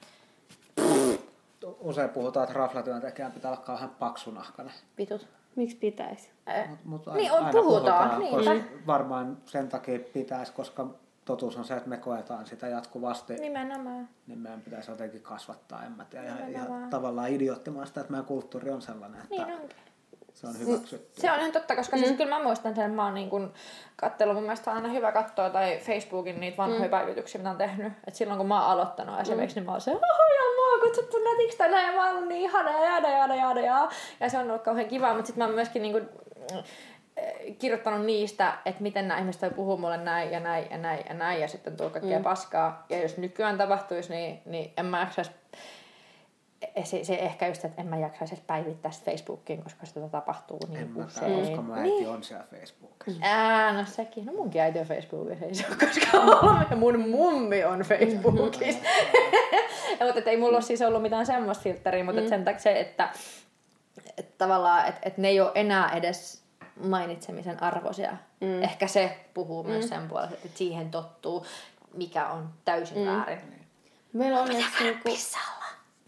Usein puhutaan, että raflatyöntekijän pitää olla kauhean paksunahkainen. Vitut. Miksi pitäisi? Eh. Mut, mut Niin, on, puhutaan, niinpä. koska varmaan sen takia pitäisi, koska totuus on se, että me koetaan sitä jatkuvasti. Nimenomaan. Niin meidän pitäisi jotenkin kasvattaa, en mä tiedä. Ihan, Nimenomaan. ihan tavallaan idioottimaan sitä, että meidän kulttuuri on sellainen, että Niin onkin. se on hyväksytty. Se on ihan totta, koska mm. siis kyllä mä muistan sen, mä oon niin kun kattellut, mun mielestä on aina hyvä katsoa tai Facebookin niitä vanhoja mm. päivityksiä, mitä on tehnyt. Et silloin kun mä oon aloittanut esimerkiksi, mm. niin mä oon se, oho, ja mä oon kutsuttu nätiksi tänään ja mä oon niin ihana ja jada, jada, jada, jada. Ja se on ollut kauhean kiva, mutta sit mä oon myöskin niin kun, kirjoittanut niistä, että miten nämä ihmiset voi puhua mulle näin ja näin ja näin ja näin ja sitten tuo kaikkea mm. paskaa. Ja jos nykyään tapahtuisi, niin, niin en mä jaksaisi, se, se ehkä just, että en mä jaksaisi edes päivittää sitä Facebookiin, koska sitä tapahtuu niin en usein. mä koska mun äiti niin. on siellä Facebookissa. Ää, no sekin. No munkin äiti on Facebookissa, ei se ole koskaan ollut. Ja mun mummi on Facebookissa. Mutta ei mulla ole siis ollut mitään semmoista filtteriä, mutta mm. sen takia se, että, että tavallaan, että, että ne ei ole enää edes mainitsemisen arvoisia. Mm. Ehkä se puhuu mm. myös sen puolesta, että siihen tottuu, mikä on täysin mm. väärin. Meillä on onneksi niinku... Pissalla.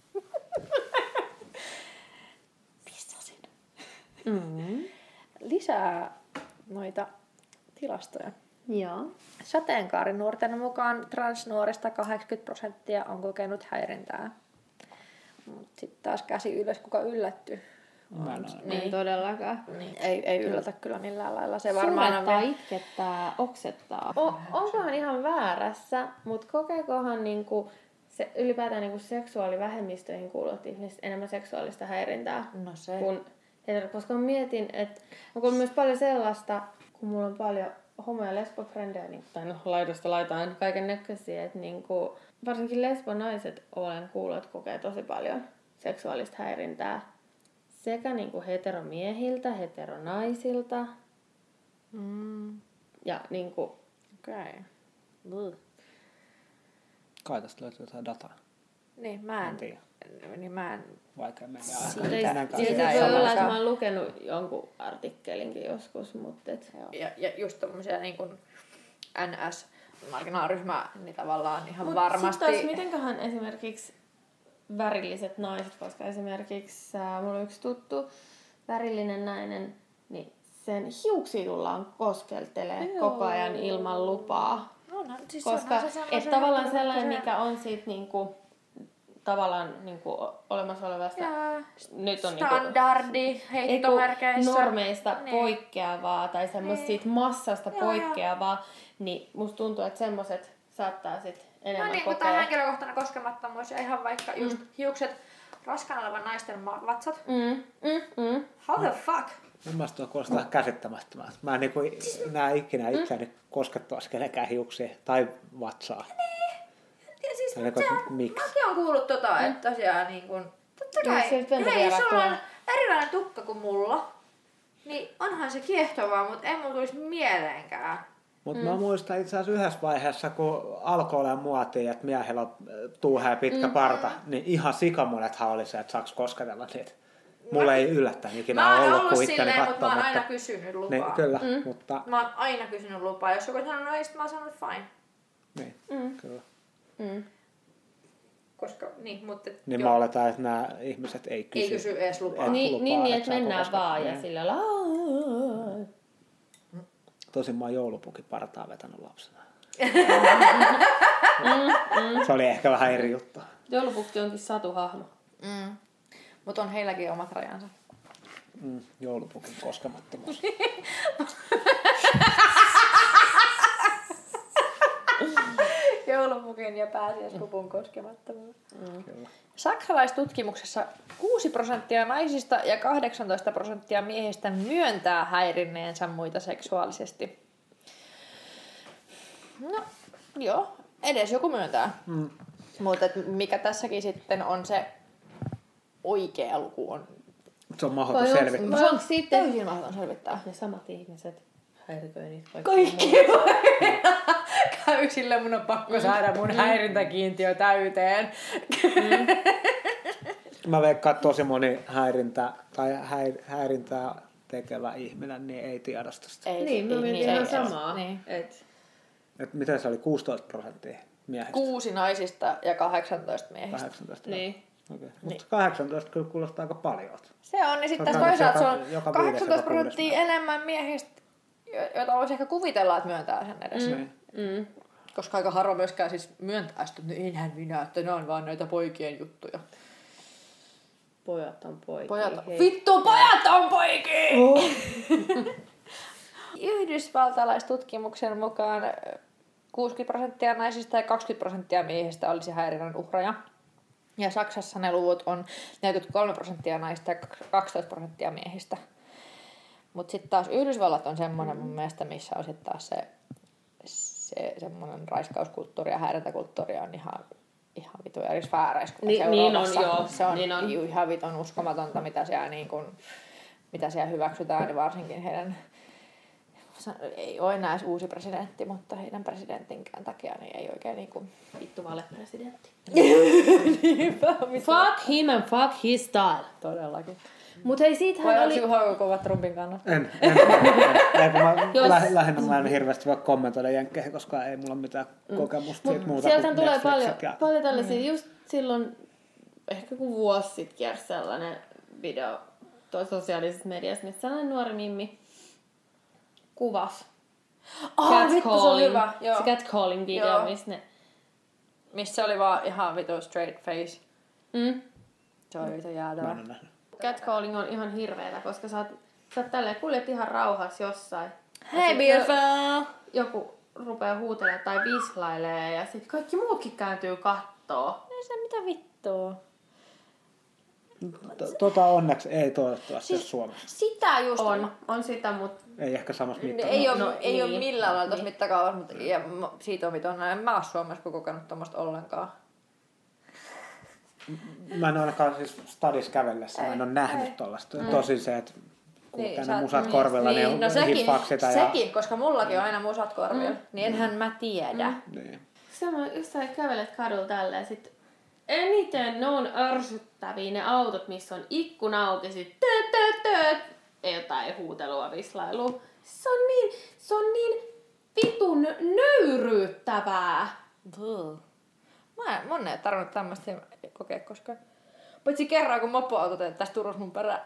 Pissasin. Mm. Lisää noita tilastoja. Joo. Sateenkaarinuorten mukaan transnuorista kahdeksankymmentä prosenttia on kokenut häirintää. Mutta sitten taas käsi ylös, kuka yllättyy. Mä en Niin. Ei todellakaan. Niin, ei, ei yllätä kyllä millään lailla. Se varmaan on Surettaa, itkettää, oksettaa. O, onkohan ihan väärässä, mutta kokeekohan niinku se, ylipäätään niinku seksuaalivähemmistöihin kuuluvat ihmiset enemmän seksuaalista häirintää? No se. Kun, koska mä mietin, että on kuullut myös paljon sellaista, kun mulla on paljon homo- ja lesbofrendejä, niin, tai no laidasta laitaan kaiken näköisiä, että niinku, varsinkin lesbonaiset olen kuullut, että kokee tosi paljon seksuaalista häirintää. Sekä niinku heteromiehiltä, heteronaisilta. Mm. Ja niinku... Okei. Okay. Kai tästä löytyy jotain dataa. Niin, mä en... En tiedä. Niin mä en... Vaikka mennä Siitä aikaan tänään kanssa. Siitä ei voi ole olla, että osaa. mä oon lukenut jonkun artikkelinkin joskus, mutta... Et... Ja, ja just tommosia niin kuin N S-marginaaliryhmä, niin tavallaan ihan Mut varmasti... sit taas, mitenköhän esimerkiksi värilliset naiset, koska esimerkiksi äh, mulla on yksi tuttu värillinen nainen, niin sen hiuksia tullaan koskeltelee Joo. koko ajan ilman lupaa. No, no, siis Koska se et tavallaan sellainen, mikä on siitä niinku, tavallaan niinku olemassa olevasta, Jaa. nyt on standardi niinku, heittomerkeissä. normeista Niin. poikkeavaa tai semmoista Niin. siitä massasta Joo, poikkeavaa, niin musta tuntuu, että semmoiset saattaa sit enemmän No niin, kun kokea. tämä henkilökohtainen koskemattomuus ja ihan vaikka just hiukset raskaana olevan naisten ma- vatsat. Mm, mm, mm. How the fuck? Mun mielestä tuo kuulostaa käsittämättömältä. Mä en niinku näe ikinä itseäni koskettuasi kenenkään hiuksia tai vatsaa. Ja siis Ja niinku, se, miksi? mäkin on kuullut tota, että tosiaan niin kun, totta Joo, kai, sieltä hei, ventovieraat sulla on tulee. erilainen tukka kuin mulla. Niin onhan se kiehtovaa, mutta ei mulla tulisi mieleenkään. Mutta mm. mä muistan itse asiassa yhdessä vaiheessa, kun alkoi olla muotia, että miehellä on tuuhea pitkä mm. parta, niin ihan sikamonethan oli se, että saaks kosketella niitä. Mulla ei yllättäen ikinä Mä oon ollut, ollut kun itteni silleen, mutta mä oon katsoo, aina mutta... kysynyt lupaa. Niin, kyllä, Mm. mutta... Mä oon aina kysynyt lupaa. Jos joku sanoo, no ei, sit mä oon sanonut fine. Niin, Mm. kyllä. Mm. Koska, niin, mutta... Niin mä oletan, että nämä ihmiset ei kysy. Ei kysy edes lupaa. Et Niin, lupaa, niin, niin et että saako mennään koskettaa. vaan ja Niin. sillä lailla. Tosin mä oon joulupukin partaa vetänyt lapsena. Se oli ehkä vähän eri juttu. Joulupukki onkin satuhahmo. Mm. Mutta on heilläkin omat rajansa. Mm, joulupukin koskemattomuus. Joulupukin ja pääsiäispupun koskemattomuus. Mm. Kyllä. Saksalaistutkimuksessa kuusi prosenttia naisista ja kahdeksantoista prosenttia miehistä myöntää häirinneensä muita seksuaalisesti. No, joo, edes joku myöntää. Mm. Mutta mikä tässäkin sitten on se oikea luku on Se on mahdoton Vai onks- selvittää. vai onks sitten täysin mahdoton selvittää. ne samat ihmiset häiriköi niitä Kaikki voi. Käy sille, mun on pakko saada mun häirintäkiintiö täyteen. Mä veikkaan, että tosi moni häirintä tai häir, häirintää tekevä ihminen niin ei tiedosta sitä. Ei, Niin, mä ei, mietin niin, ihan ei, samaa. Niin. Et, Et miten se oli? kuusitoista prosenttia miehistä? Kuusi naisista ja kahdeksantoista miehistä. kahdeksantoista. niin. Okay. Mutta kahdeksantoista kyllä kuulostaa aika paljon. Se on, niin sitten Se taas on toisaalta se joka- on joka viides, kahdeksantoista joka kuudes prosenttia mies. enemmän miehistä, jo- joita voisi ehkä kuvitella, että myöntää sen edes. Mm. Mm. Mm. Koska aika harva myöskään siis myöntää sitä, että no enhän minä, että ne on vaan näitä poikien juttuja. Pojat on poikia. Pojat on... hei. Vittu, pojat on poikia! Oh. Yhdysvaltalaistutkimuksen mukaan kuusikymmentä prosenttia naisista ja kaksikymmentä prosenttia miehistä olisi häirinnän uhreja. Ja Saksassa ne luvut on neljäkymmentäkolme prosenttia naista ja kaksitoista prosenttia miehistä. Mutta sitten taas Yhdysvallat on semmoinen mun mielestä, missä on sitten taas se, se semmoinen raiskauskulttuuri ja häirintäkulttuuri on ihan, ihan vitu eri sfääreissä kuin Ni, niin on, Euroopassa. joo. Se on, niin on. ihan vitun uskomatonta, mitä siellä, niin kun, mitä siellä hyväksytään, niin varsinkin heidän, ei ole enää edes uusi presidentti, mutta heidän presidentinkään takia niin ei oikein niin kuin... Vittu valepresidentti. Niinpä, Fuck him and fuck his style. todellakin. Mut hei, siitähän Vai oli... oliko Hugo kovat Trumpin kannattaa? En, en, en, en, en, mä Jos- lä, lähinnä mä en hirveästi voi kommentoida jenkkeihin, koska ei mulla ole mitään kokemusta siitä muuta Sieltä kuin tulee paljon, Netflixit ja... paljon tällaisia, just silloin, ehkä kun vuosi sitten kiersi sellainen video toi sosiaalisessa mediassa, missä sellainen nuori mimmi kuvasi Ah, vittu, se oli hyvä. Joo. se catcalling video, Joo. missä ne... Missä oli vaan ihan vitu straight face. Mm. Se oli vitu Mä jäätävä. en ole nähnyt. Catcalling on ihan hirveetä, koska sä oot, sä oot tälleen kuljet ihan rauhassa jossain. Ja Hei, sit beautiful! joku rupeaa huutelemaan tai vislailee ja sitten kaikki muutkin kääntyy kattoo. Ei se mitä vittua. To- Tota onneksi ei toivottavasti siis, Suomessa. Sitä just On, on sitä, mutta Ei ehkä samassa mittaan. Ei, ole, No, ei niin. ole millään lailla tuossa Niin. mittakaavassa, mutta ja, m- siitä on vitun. En mä ole Suomessa kokenut tuommoista ollenkaan. Mä en ole ainakaan siis stadissa kävellessä, mä en ole nähnyt tollaista. Tosin se, että kuuluu Niin, ne sä- musat niin, korvilla, niin, niin, niin no sekin, hiffaa sitä. Ja... sekin, koska mullakin on aina musat korvilla. Mm. Niin enhän mä tiedä. Mm. Niin. sama, jos sä kävelet kadulla tällä ja sit eniten ne on ärsyttäviä ne autot, missä on ikkuna auki, sit tööt, tööt, tööt, jotain huutelua, vislailua. Se on niin, se on niin vitun nöyryyttävää. Buh. Mä en, mun ei tarvinnut tämmöistä kokea koskaan. Paitsi kerran, kun mopoauto teet tässä Turussa mun perään.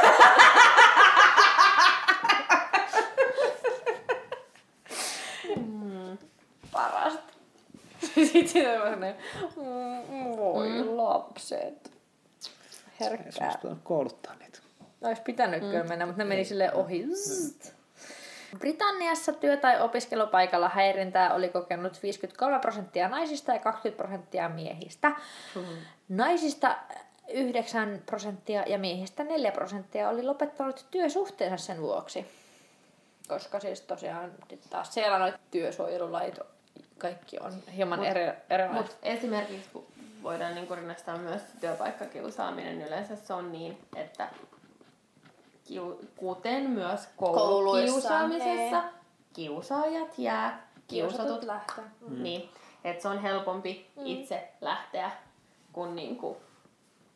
Mm. Parasta. Sitten siitä on sellainen, mm, voi mm. lapset. Ei Herkkää. semmoista pitänyt kouluttaa niitä. Olisi pitänyt mm. kyllä mennä, mutta ne meni silleen ohi. Zzzt. Britanniassa työ- tai opiskelupaikalla häirintää oli kokenut viisikymmentäkolme prosenttia naisista ja kaksikymmentä prosenttia miehistä. Mm-hmm. Naisista yhdeksän prosenttia ja miehistä neljä prosenttia oli lopettanut työsuhteensa sen vuoksi. Koska siis tosiaan taas siellä noita työsuojelulait kaikki on hieman Mut- eri, erilaisia. Mutta esimerkiksi kun voidaan niinku rinnastaa myös työpaikkakiusaaminen, yleensä se on niin, että kiu, kuten myös koulukiusaamisessa, kiusaajat jää, kiusatut lähtee. Mm. Niin, että se on helpompi mm. itse lähteä, kun niinku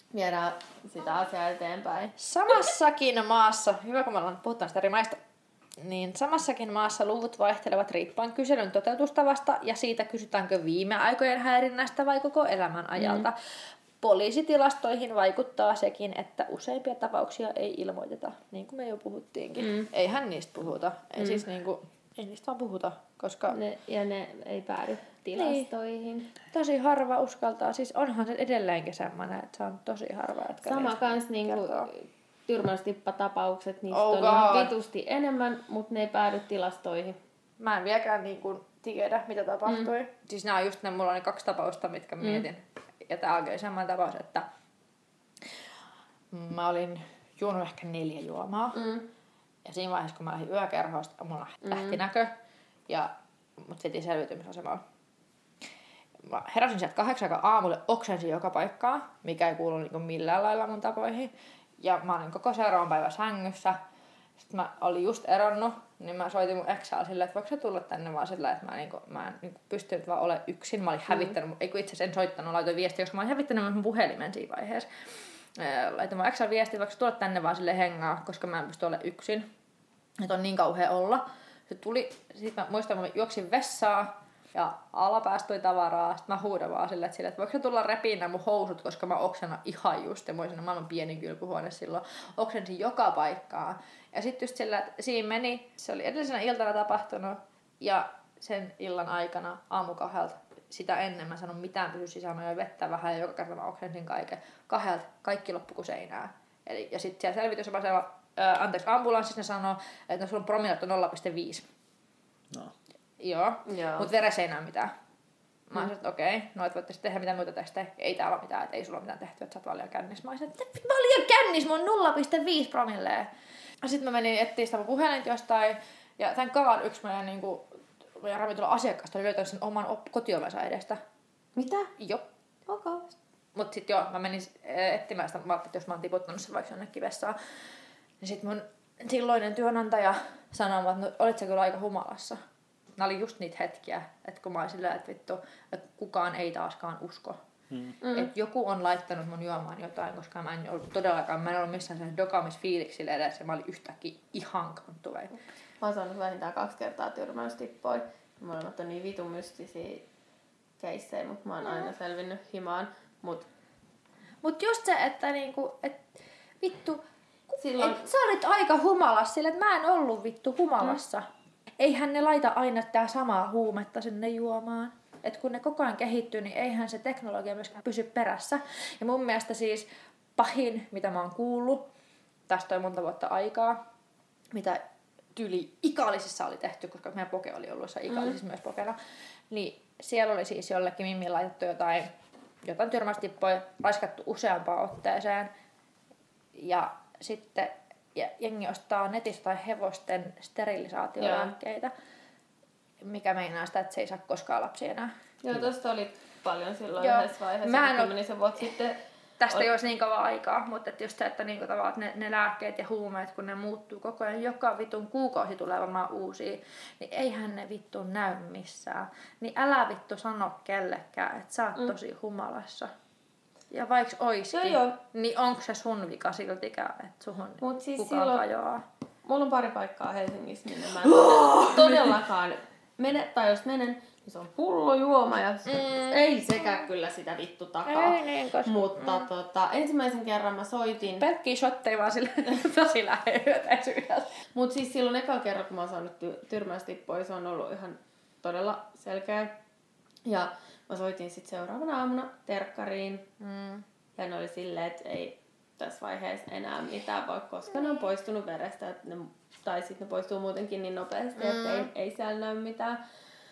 viedään sitä asiaa eteenpäin. Samassakin maassa, hyvä kun me ollaan puhutaan sitä eri maista, niin samassakin maassa luvut vaihtelevat riippuen kyselyn toteutustavasta ja siitä kysytäänkö viime aikojen häirinnästä vai koko elämän ajalta. Mm. Poliisitilastoihin vaikuttaa sekin, että useimpia tapauksia ei ilmoiteta, niin kuin me jo puhuttiinkin. Mm. Eihän niistä puhuta. Ei, mm. siis niin kuin, ei niistä vaan puhuta, koska... Ne, ja ne ei päädy tilastoihin. Niin. Tosi harva uskaltaa. Siis onhan se edelleenkin semmoinen, että se on tosi harva, jotka sama kans niinku tyrmäystippatapaukset, niistä oh on ihan vitusti enemmän, mutta ne ei päädy tilastoihin. Mä en vieläkään niinku tiedä, mitä tapahtui. Mm. Siis nämä on just ne, mulla on ne kaksi tapausta, mitkä mm. mietin. Ja tää on semmoinen tapaus, että mä olin juonut ehkä neljä juomaa. Mm. Ja siinä vaiheessa, kun mä lähdin yökerhosta, mulla lähti mm. näkö. Ja mut vietiin selviytymisasemaan. Mä heräsin sieltä kahdeksan aikaa aamulle, oksensin joka paikkaa, mikä ei kuulu niinku millään lailla mun tapoihin. Ja mä olin koko seuraavan päivän sängyssä. Sitten mä olin just eronnut, niin mä soitin mun eksää silleen, että voiko se tulla tänne vaan sillä, että mä, niinku, mä en niinku pystynyt vaan olemaan yksin. Mä olin hävittänyt, mm. ei kun itse asiassa en soittanut, laitoin viestiä, koska mä olin hävittänyt mun puhelimen siinä vaiheessa. Laitoin mun eksää viestiä, voiko se tulla tänne vaan silleen hengaa, koska mä en pysty olemaan yksin. Että on niin kauhea olla. Se tuli, sit mä muistan, että mä juoksin vessaa ja alapäästä tuli tavaraa. Sitten mä huudan vaan silleen, että, sille, että voiko se tulla repiin nämä mun housut, koska mä oksennan ihan just. Ja mä olin maailman pienin kylpyhuone silloin. Oksensin joka paikkaan. Ja sitten just sillä, että siinä meni, se oli edellisenä iltana tapahtunut. Ja sen illan aikana aamukahdelta, sitä ennen mä sanon mitään pysy sisään. Mä join vettä vähän ja joka kerta mä oksensin kaiken. Kahdelta kaikki loppu kuin seinää. Eli, ja sitten siellä selvitysasemalla, ää, anteeksi, ambulanssissa ne sanoo, että no, sulla on promillat nolla pilkku viisi. No. Joo, Joo. Mutta veressä ei näy mitään. Mä olisin, että okei, okay, no et voitte tehdä mitään muuta testejä. Ei täällä ole mitään, että ei sulla ole mitään tehtyä, että sä oot vaan liian kännis. Mä olisin, että mä oon liian kännis, mä oon nolla pilkku viisi promilleen. Sitten mä menin etsiä sitä mun puhelinta jostain. Ja tämän kavan yksi meidän, niin kuin, meidän ravintolan asiakkaasta oli löytänyt sen oman kotiovensa edestä. Mitä? Joo. Okei. Okay. Mut sit joo, mä menin etsimään sitä, mä ajattelin, että jos mä oon tiputtanut sen vaikka jonnekin vessaan. Niin sit mun silloinen työnantaja sanoi, että no, olit sä kyllä aika humalassa. Nämä oli just niitä hetkiä, että kun mä olin silleen, että vittu, että kukaan ei taaskaan usko. Mm. Että joku on laittanut mun juomaan jotain, koska mä en ollut todellakaan, mä en ollut missään sellaisen dokamisfiiliksillä edes, ja mä olin yhtäkkiä ihan kanttuvein. Mä oon saanut vähintään kaksi kertaa tyrmäystippoja. Molemmat on niin vitun mystisiä keissejä, mutta mä oon aina selvinnyt himaan. Mut, Mut just se, että niinku, et, vittu, silloin... et, sä olit aika humalassa, sillä että mä en ollut vittu humalassa. Mm. Eihän ne laita aina tää samaa huumetta sinne juomaan. Et kun ne koko ajan kehittyy, niin eihän se teknologia myöskään pysy perässä. Ja mun mielestä siis pahin, mitä mä oon kuullut, tästä on monta vuotta aikaa, mitä tyyli Ikaalisissa oli tehty, koska meidän poke oli ollut Ikaalisissa mm. myös pokena, niin siellä oli siis jollekin mimmin laitettu jotain, jotain tyrmäystippoja, raiskattu useampaan otteeseen. Ja sitten ja jengi ostaa netistä tai hevosten sterilisaatiolääkkeitä, mikä meinaa sitä, että se ei saa koskaan lapsia enää. Joo, tosta oli paljon silloin yhdessä vaiheessa, kymmenisen vuotta sitten. Tästä ei olisi niin kauan aikaa, mutta että just se, että niinku tavallaan ne, ne lääkkeet ja huumeet, kun ne muuttuu koko ajan, joka vitun kuukausi tulee varmaan uusia, niin eihän ne vittu näy missään. Niin älä vittu sano kellekään, että sä oot mm. tosi humalassa. Ja vaikka oiskin, joo, joo. niin onko se sun vika siltikään, että suhun Mut siis kukaan silloin, kajoaa? Mulla on pari paikkaa Helsingissä, minne mä en todellakaan mene, tai jos menen, niin se on pullojuoma ja mm. ei sekä kyllä sitä vittu takaa. Ei niin, koska... Mutta mm. tota, ensimmäisen kerran mä soitin... Pelkkiä shotteja vaan silleen tosi lähellä hyötäisyydellä. Mut siis silloin eka kerran, kun mä oon saanut ty- tyrmäystippoja, se on ollut ihan todella selkeä. Ja mä soitin sit seuraavana aamuna terkkariin. Mm. Ja ne oli silleen, että ei tässä vaiheessa enää mitään voi, koska ne on poistunut verestä. Että ne, tai sitten ne poistuu muutenkin niin nopeasti, mm. että ei, ei siellä näy mitään.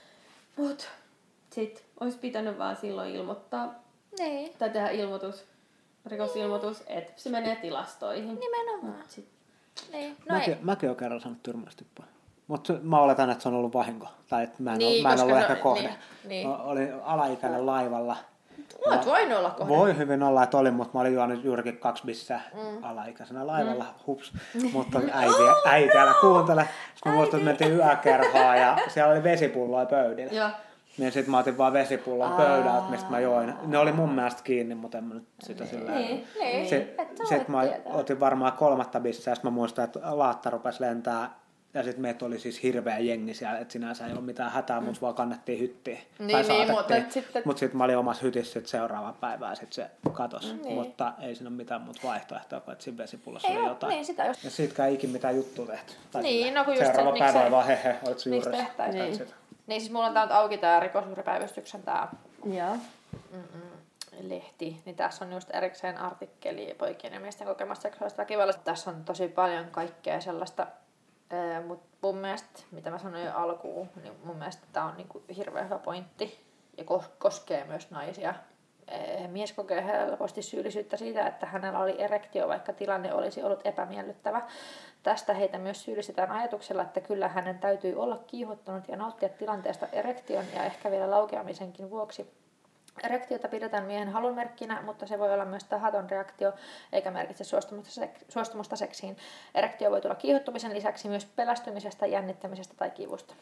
Mut sit olisi pitänyt vaan silloin ilmoittaa. Niin. Tai tehdä ilmoitus, rikosilmoitus, että se menee tilastoihin. Nimenomaan. Sit... Niin. No mäkin, mäkin olen kerran saanut tyrmäystippoja. Mutta mä oletan, että se on ollut vahinko. Tai että mä en, niin, ole, mä en ollut se, ehkä kohde. Niin, niin. Olin alaikäinen laivalla. Olet voinut olla kohde. Voi hyvin olla, että olin, mutta mä olin juonut juurikin kaksi bissää mm. alaikäisenä laivalla. Mm. Hups. Mutta äiti, äiti älä kuuntele. Sitten mä muistan, että mentiin yökerhoa ja siellä oli vesipulloja pöydillä. Ja. Niin sit mä otin vaan vesipullon pöydältä, mistä mä join. Ne oli mun mielestä kiinni, mutta en mä nyt sitä sillä niin, niin. Sitten sit mä tietää. Otin varmaan kolmatta bissää, ja sit mä muistan, että laatta rupesi lentää Ja sitten meitä oli siis hirveä jengi siellä, että sinänsä ei ole mitään hätää, mm. mutta vaan kannettiin hyttiin. Niin, niin mutta sitten... Mutta sitten mä olin omassa hytissä sit seuraavaan päivään, sitten se katosi. Niin. Mutta ei siinä ole mitään muuta vaihtoehtoa, kun että siinä vesipullossa ei oli ole, jotain. Niin, sitä just... Ja siitäkään ei ikin mitään juttua tehty. Tai niin, no kun just seuraava se, päivä miksei... vaan hehe, olet se juuri. Miksi tehtäisiin? Niin. niin siis mulla on tää nyt auki tää rikosuhripäivystyksen tää Joo. lehti, niin tässä on just erikseen artikkeli poikien ja miesten kokemasta seksuaalista väkivallasta. Tässä on tosi paljon kaikkea sellaista, mutta mun mielestä, mitä mä sanoin jo alkuun, niin mun mielestä tää on niinku hirveän hyvä pointti ja koskee myös naisia. Mies kokee helposti syyllisyyttä siitä, että hänellä oli erektio, vaikka tilanne olisi ollut epämiellyttävä. Tästä heitä myös syyllistetään ajatuksella, että kyllä hänen täytyy olla kiihottunut ja nauttia tilanteesta erektion ja ehkä vielä laukeamisenkin vuoksi. Erektiota pidetään miehen halunmerkkinä, mutta se voi olla myös tahaton reaktio, eikä merkitse suostumusta, sek- suostumusta seksiin. Erektio voi tulla kiihottumisen lisäksi myös pelästymisestä, jännittämisestä tai kivusta.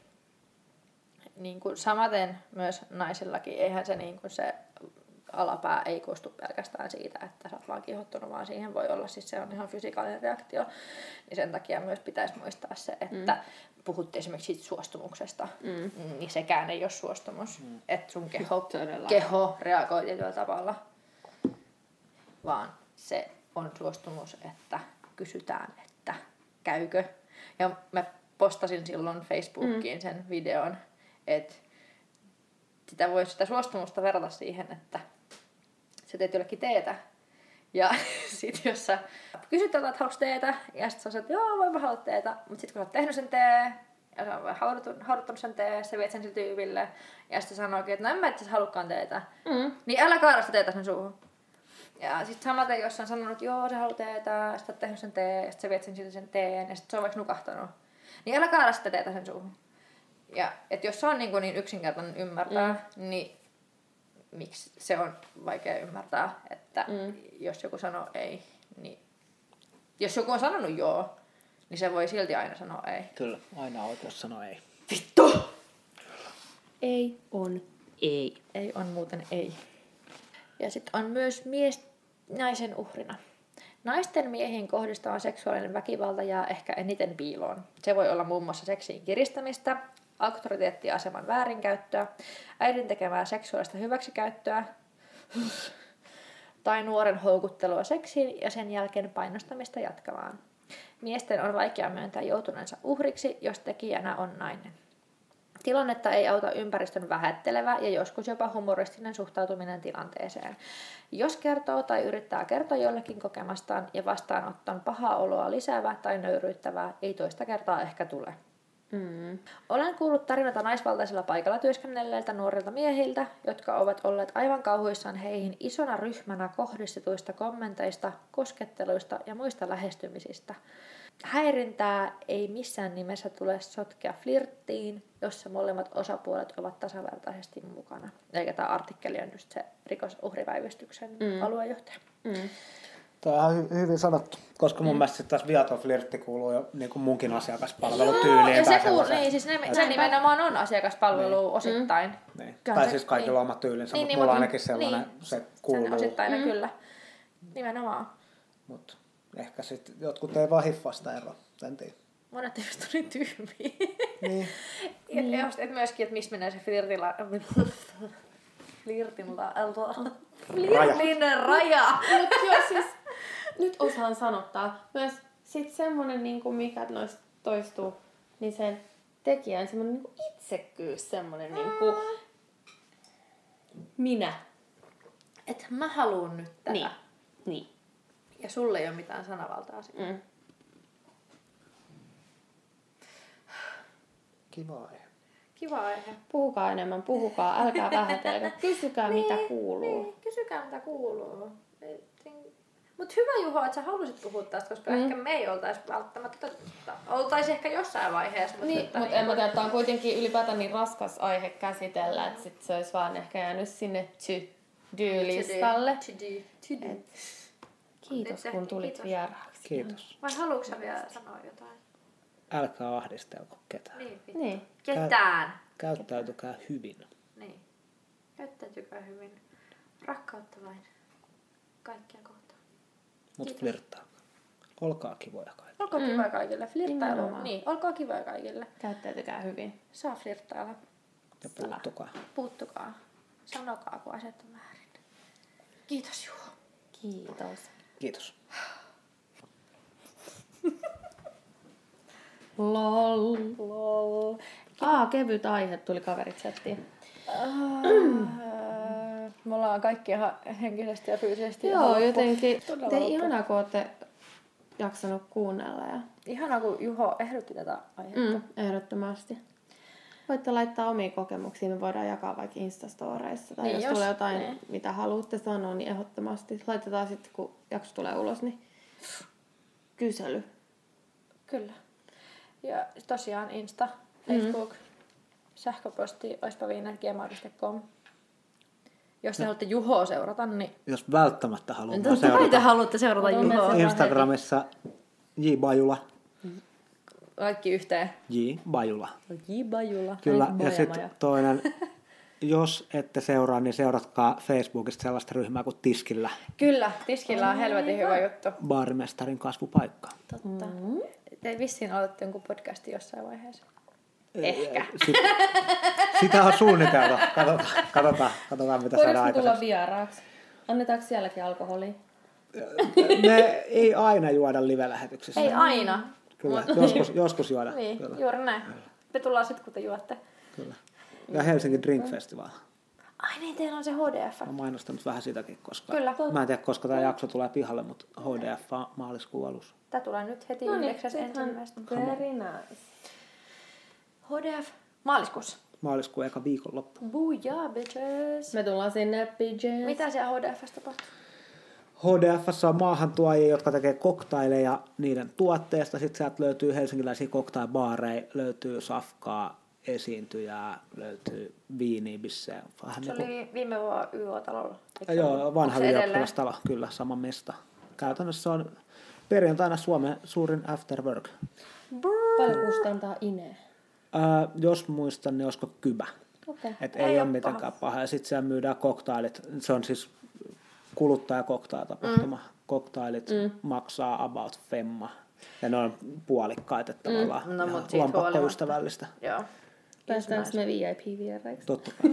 Niin kuin samaten myös naisillakin, eihän se, niin kuin se alapää ei koostu pelkästään siitä, että sä oot vaan kiihottunut, vaan siihen voi olla, siis se on ihan fysikaalinen reaktio. Niin sen takia myös pitäisi muistaa se, että mm. puhuttiin esimerkiksi siitä suostumuksesta, mm. niin sekään ei ole suostumus. Mm. Että sun keho, keho reagoi tietyllä tavalla, vaan se on suostumus, että kysytään, että käykö. Ja mä postasin silloin Facebookiin mm. sen videon, että sitä voi sitä suostumusta verrata siihen, että sä teet jollekin teetä. Ja sit jos sä kysyt jotain, että haluatko teetä, ja sit sä sanot, että joo, voin mä haluat teetä. Mut sit kun sä oot tehnyt sen tee, ja sä oot hauduttanut sen tee, sä viet sen sille tyypille, ja sit sä sanookin, että no en mä itse halukkaan teetä. Mm. Niin älä kaada sitä teetä sen suuhun. Ja sit samaten, jos sä on sanonut, että joo, sä haluat teetä, ja sit sä oot tehnyt sen tee, ja sit sä viet sen sille sen teen, ja sit se on vaikka nukahtanut. Niin älä kaada sitä teetä sen suuhun. Ja et jos se on niin, niin yksinkertainen ymmärtää, mm. niin miksi se on vaikea ymmärtää, että mm. jos joku sanoo ei, niin jos joku on sanonut joo, niin se voi silti aina sanoa ei. Kyllä, aina on oikeus sanoa ei. Vittu! Ei on ei. Ei on muuten ei. Ja sitten on myös mies naisen uhrina. Naisten miehiin kohdistava seksuaalinen väkivalta jää ehkä eniten piiloon. Se voi olla muun muassa seksiin kiristämistä, auktoriteettiaseman väärinkäyttöä, äidin tekemää seksuaalista hyväksikäyttöä tai nuoren houkuttelua seksiin ja sen jälkeen painostamista jatkamaan. Miesten on vaikea myöntää joutuneensa uhriksi, jos tekijänä on nainen. Tilannetta ei auta ympäristön vähättelevä ja joskus jopa humoristinen suhtautuminen tilanteeseen. Jos kertoo tai yrittää kertoa jollekin kokemastaan ja vastaanottaa pahaa oloa lisäävä tai nöyryyttävää, ei toista kertaa ehkä tule. Mm. Olen kuullut tarinoita naisvaltaisella paikalla työskennelleiltä nuorilta miehiltä, jotka ovat olleet aivan kauhuissaan heihin isona ryhmänä kohdistetuista kommenteista, kosketteluista ja muista lähestymisistä. Häirintää ei missään nimessä tule sotkea flirttiin, jossa molemmat osapuolet ovat tasavertaisesti mukana. Eikä tämä artikkeli on just se rikosuhripäivystyksen mm. aluejohtaja. Mm. Tämä on hy- hyvin sanottu, koska mun mm. mielestä taas viaton flirtti kuuluu jo niin kuin munkin asiakaspalvelutyyliin. Joo, se, kuuluu, niin, siis ne, se nimenomaan on asiakaspalvelu niin. osittain. Mm. Niin. Tai siis kaikilla niin. omat tyylinsä, niin, mutta niin, mulla on ainakin sellainen, niin, se kuuluu. Sen osittainen mm. kyllä, nimenomaan. Mut ehkä sitten jotkut ei vaan hiffaa sitä eroa, en tiedä. Monet eivät ole niin tyhmiä. Niin. ja niin. Et myöskin, että missä menee se flirtila... Flirtilla... Flirtinen raja! Mutta joo, siis nyt osaan sanottaa. Myös sit semmonen, niinku, mikä noista toistuu, niin sen tekijän semmonen niinku itsekkyys, semmonen mm. niinku minä. Et mä haluun nyt tätä. Niin. niin. Ja sulle ei ole mitään sanavaltaa siitä. Mm. Kiva aihe. Kiva aihe. Puhukaa enemmän, puhukaa, älkää vähätelkää. Kysykää niin, mitä kuuluu. Niin, kysykää mitä kuuluu. Mut hyvä Juho, että sä halusit puhua tästä, koska mm. ehkä me ei oltais välttämättä, oltais ehkä jossain vaiheessa. Mutta niin, mutta en mä tiedä, että on kuitenkin ylipäätään niin raskas aihe käsitellä, että sit se olisi vaan ehkä jäänyt sinne to-do-listalle. Kiitos kun tulit kiitos. Vieraaksi. Kiitos. Vai haluatko sä vielä sanoa jotain? Älkää ahdistelko ketään. Niin. niin. Ketään. Käyttäytykää hyvin. Niin. Käyttäytykää hyvin. Rakkautta vain. Kaikkia kohtaan. Mut flirttaa. olkaa kivoja kaikille. Olkaa mm. kivoja kaikille. Flirttailu. Nimenomaan. Niin, olkaa kivoja kaikille. Käyttäytykää hyvin. Saa flirttailla. Ja puuttukaa. Puuttukaa. Sanokaa, kun asiat on väärin. Kiitos Juho. Kiitos. Kiitos. Lol. Lol. Aa, kevyt aihe tuli kaverit chattiin. Uh, me ollaan kaikki ihan henkisesti ja fyysisesti. Joo, ihan jotenkin. Todella Te loppu. ihanaa, kun olette jaksanut kuunnella. Ja... Ihanaa, kun Juho ehdotti tätä aihetta. Mm, ehdottomasti. Voitte laittaa omia kokemuksia, me voidaan jakaa vaikka Instastoreissa. Tai Niin, jos, jos- tulee jotain, niin. mitä haluatte sanoa, niin ehdottomasti. Laitetaan sitten, kun jakso tulee ulos, niin kysely. Kyllä. Ja tosiaan Insta, Facebook, mm. sähköposti oispaviina piste gmail piste com. Jos te no. haluatte Juhoa seurata, niin Jos välttämättä haluaa totta kai te seurata haluatte seurata Otan Juhoa. message. Instagramissa J. Bajula. Kaikki yhteen. J. Bajula. J. Bajula. Kyllä, Ai, ja Maja, sitten Maja. toinen, jos ette seuraa, niin seuratkaa Facebookista sellaista ryhmää kuin Tiskillä, Kyllä, Tiskillä on helvetin hyvä juttu. baarimestarin kasvupaikka. Totta. Mm. Te vissiin aloitte jonkun podcastin jossain vaiheessa. Ehkä. Sit, sitä on suunniteltu. Katsotaan, katsotaan, katsotaan mitä saadaan Voidaanko tulla aikaiseksi. vieraaksi? Annetaanko sielläkin alkoholia? Me ei aina juoda live-lähetyksessä. Ei aina. Kyllä, joskus, joskus juoda. Niin, Kyllä, juuri näin. Me tullaan sitten, kun te juotte. kyllä. Ja Helsinki Drink Festival. Ai niin, teillä on se H D F. Mä oon mainostanut vähän sitäkin, koska Kyllä. mä en tiedä, koska tämä jakso tulee pihalle, mutta H D F on maaliskuun alussa. Tää tulee nyt heti No niin, yhdeksäs ensimmäistä. very nice. H D F maaliskuussa. Maaliskuun eka viikonloppu. Booyah, bitches. Me tullaan sinne P Js. Mitä siellä H D F:ssä tapahtuu? H D F:ssä on maahantuojia, jotka tekee koktaileja niiden tuotteesta. Sitten sieltä löytyy helsinkiläisiä koktailbaareja, löytyy safkaa, esiintyjää, löytyy viiniä, bissejä. Vähän Se niin kuin... oli viime vuonna Y O-talolla. Joo, vanha Onko se edelleen? ylioppilastalo, kyllä, sama mesta. Käytännössä on perjantaina Suomen suurin after work. Paljon kustantaa Ine. Ää, jos muistan, niin olisiko Kybä. Okei. Et Ei ei, oo ole mitenkään paha. Ja sitten siellä myydään koktailit. Se on siis kuluttajakoktailtapahtuma. Mm. Koktailit mm. maksaa about femma. Ja ne on puolikkaita tavallaan. Mm. No, ihan mut siitä lompakkoystävällistä. Joo. Päästäänkö me V I P-vieraiksi? Totta kai.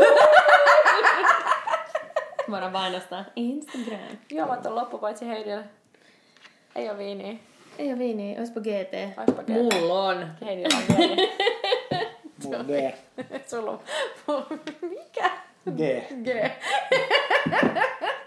Voidaan mainostaa Instagram. Juomat on loppu paitsi Heidille. Ei oo viiniä. Ei ole viiniä, oispa G T. Oispa G T. Mulla on. Heidillä on viiniä. Mulla on G. Sulla on... Mikä? G. G.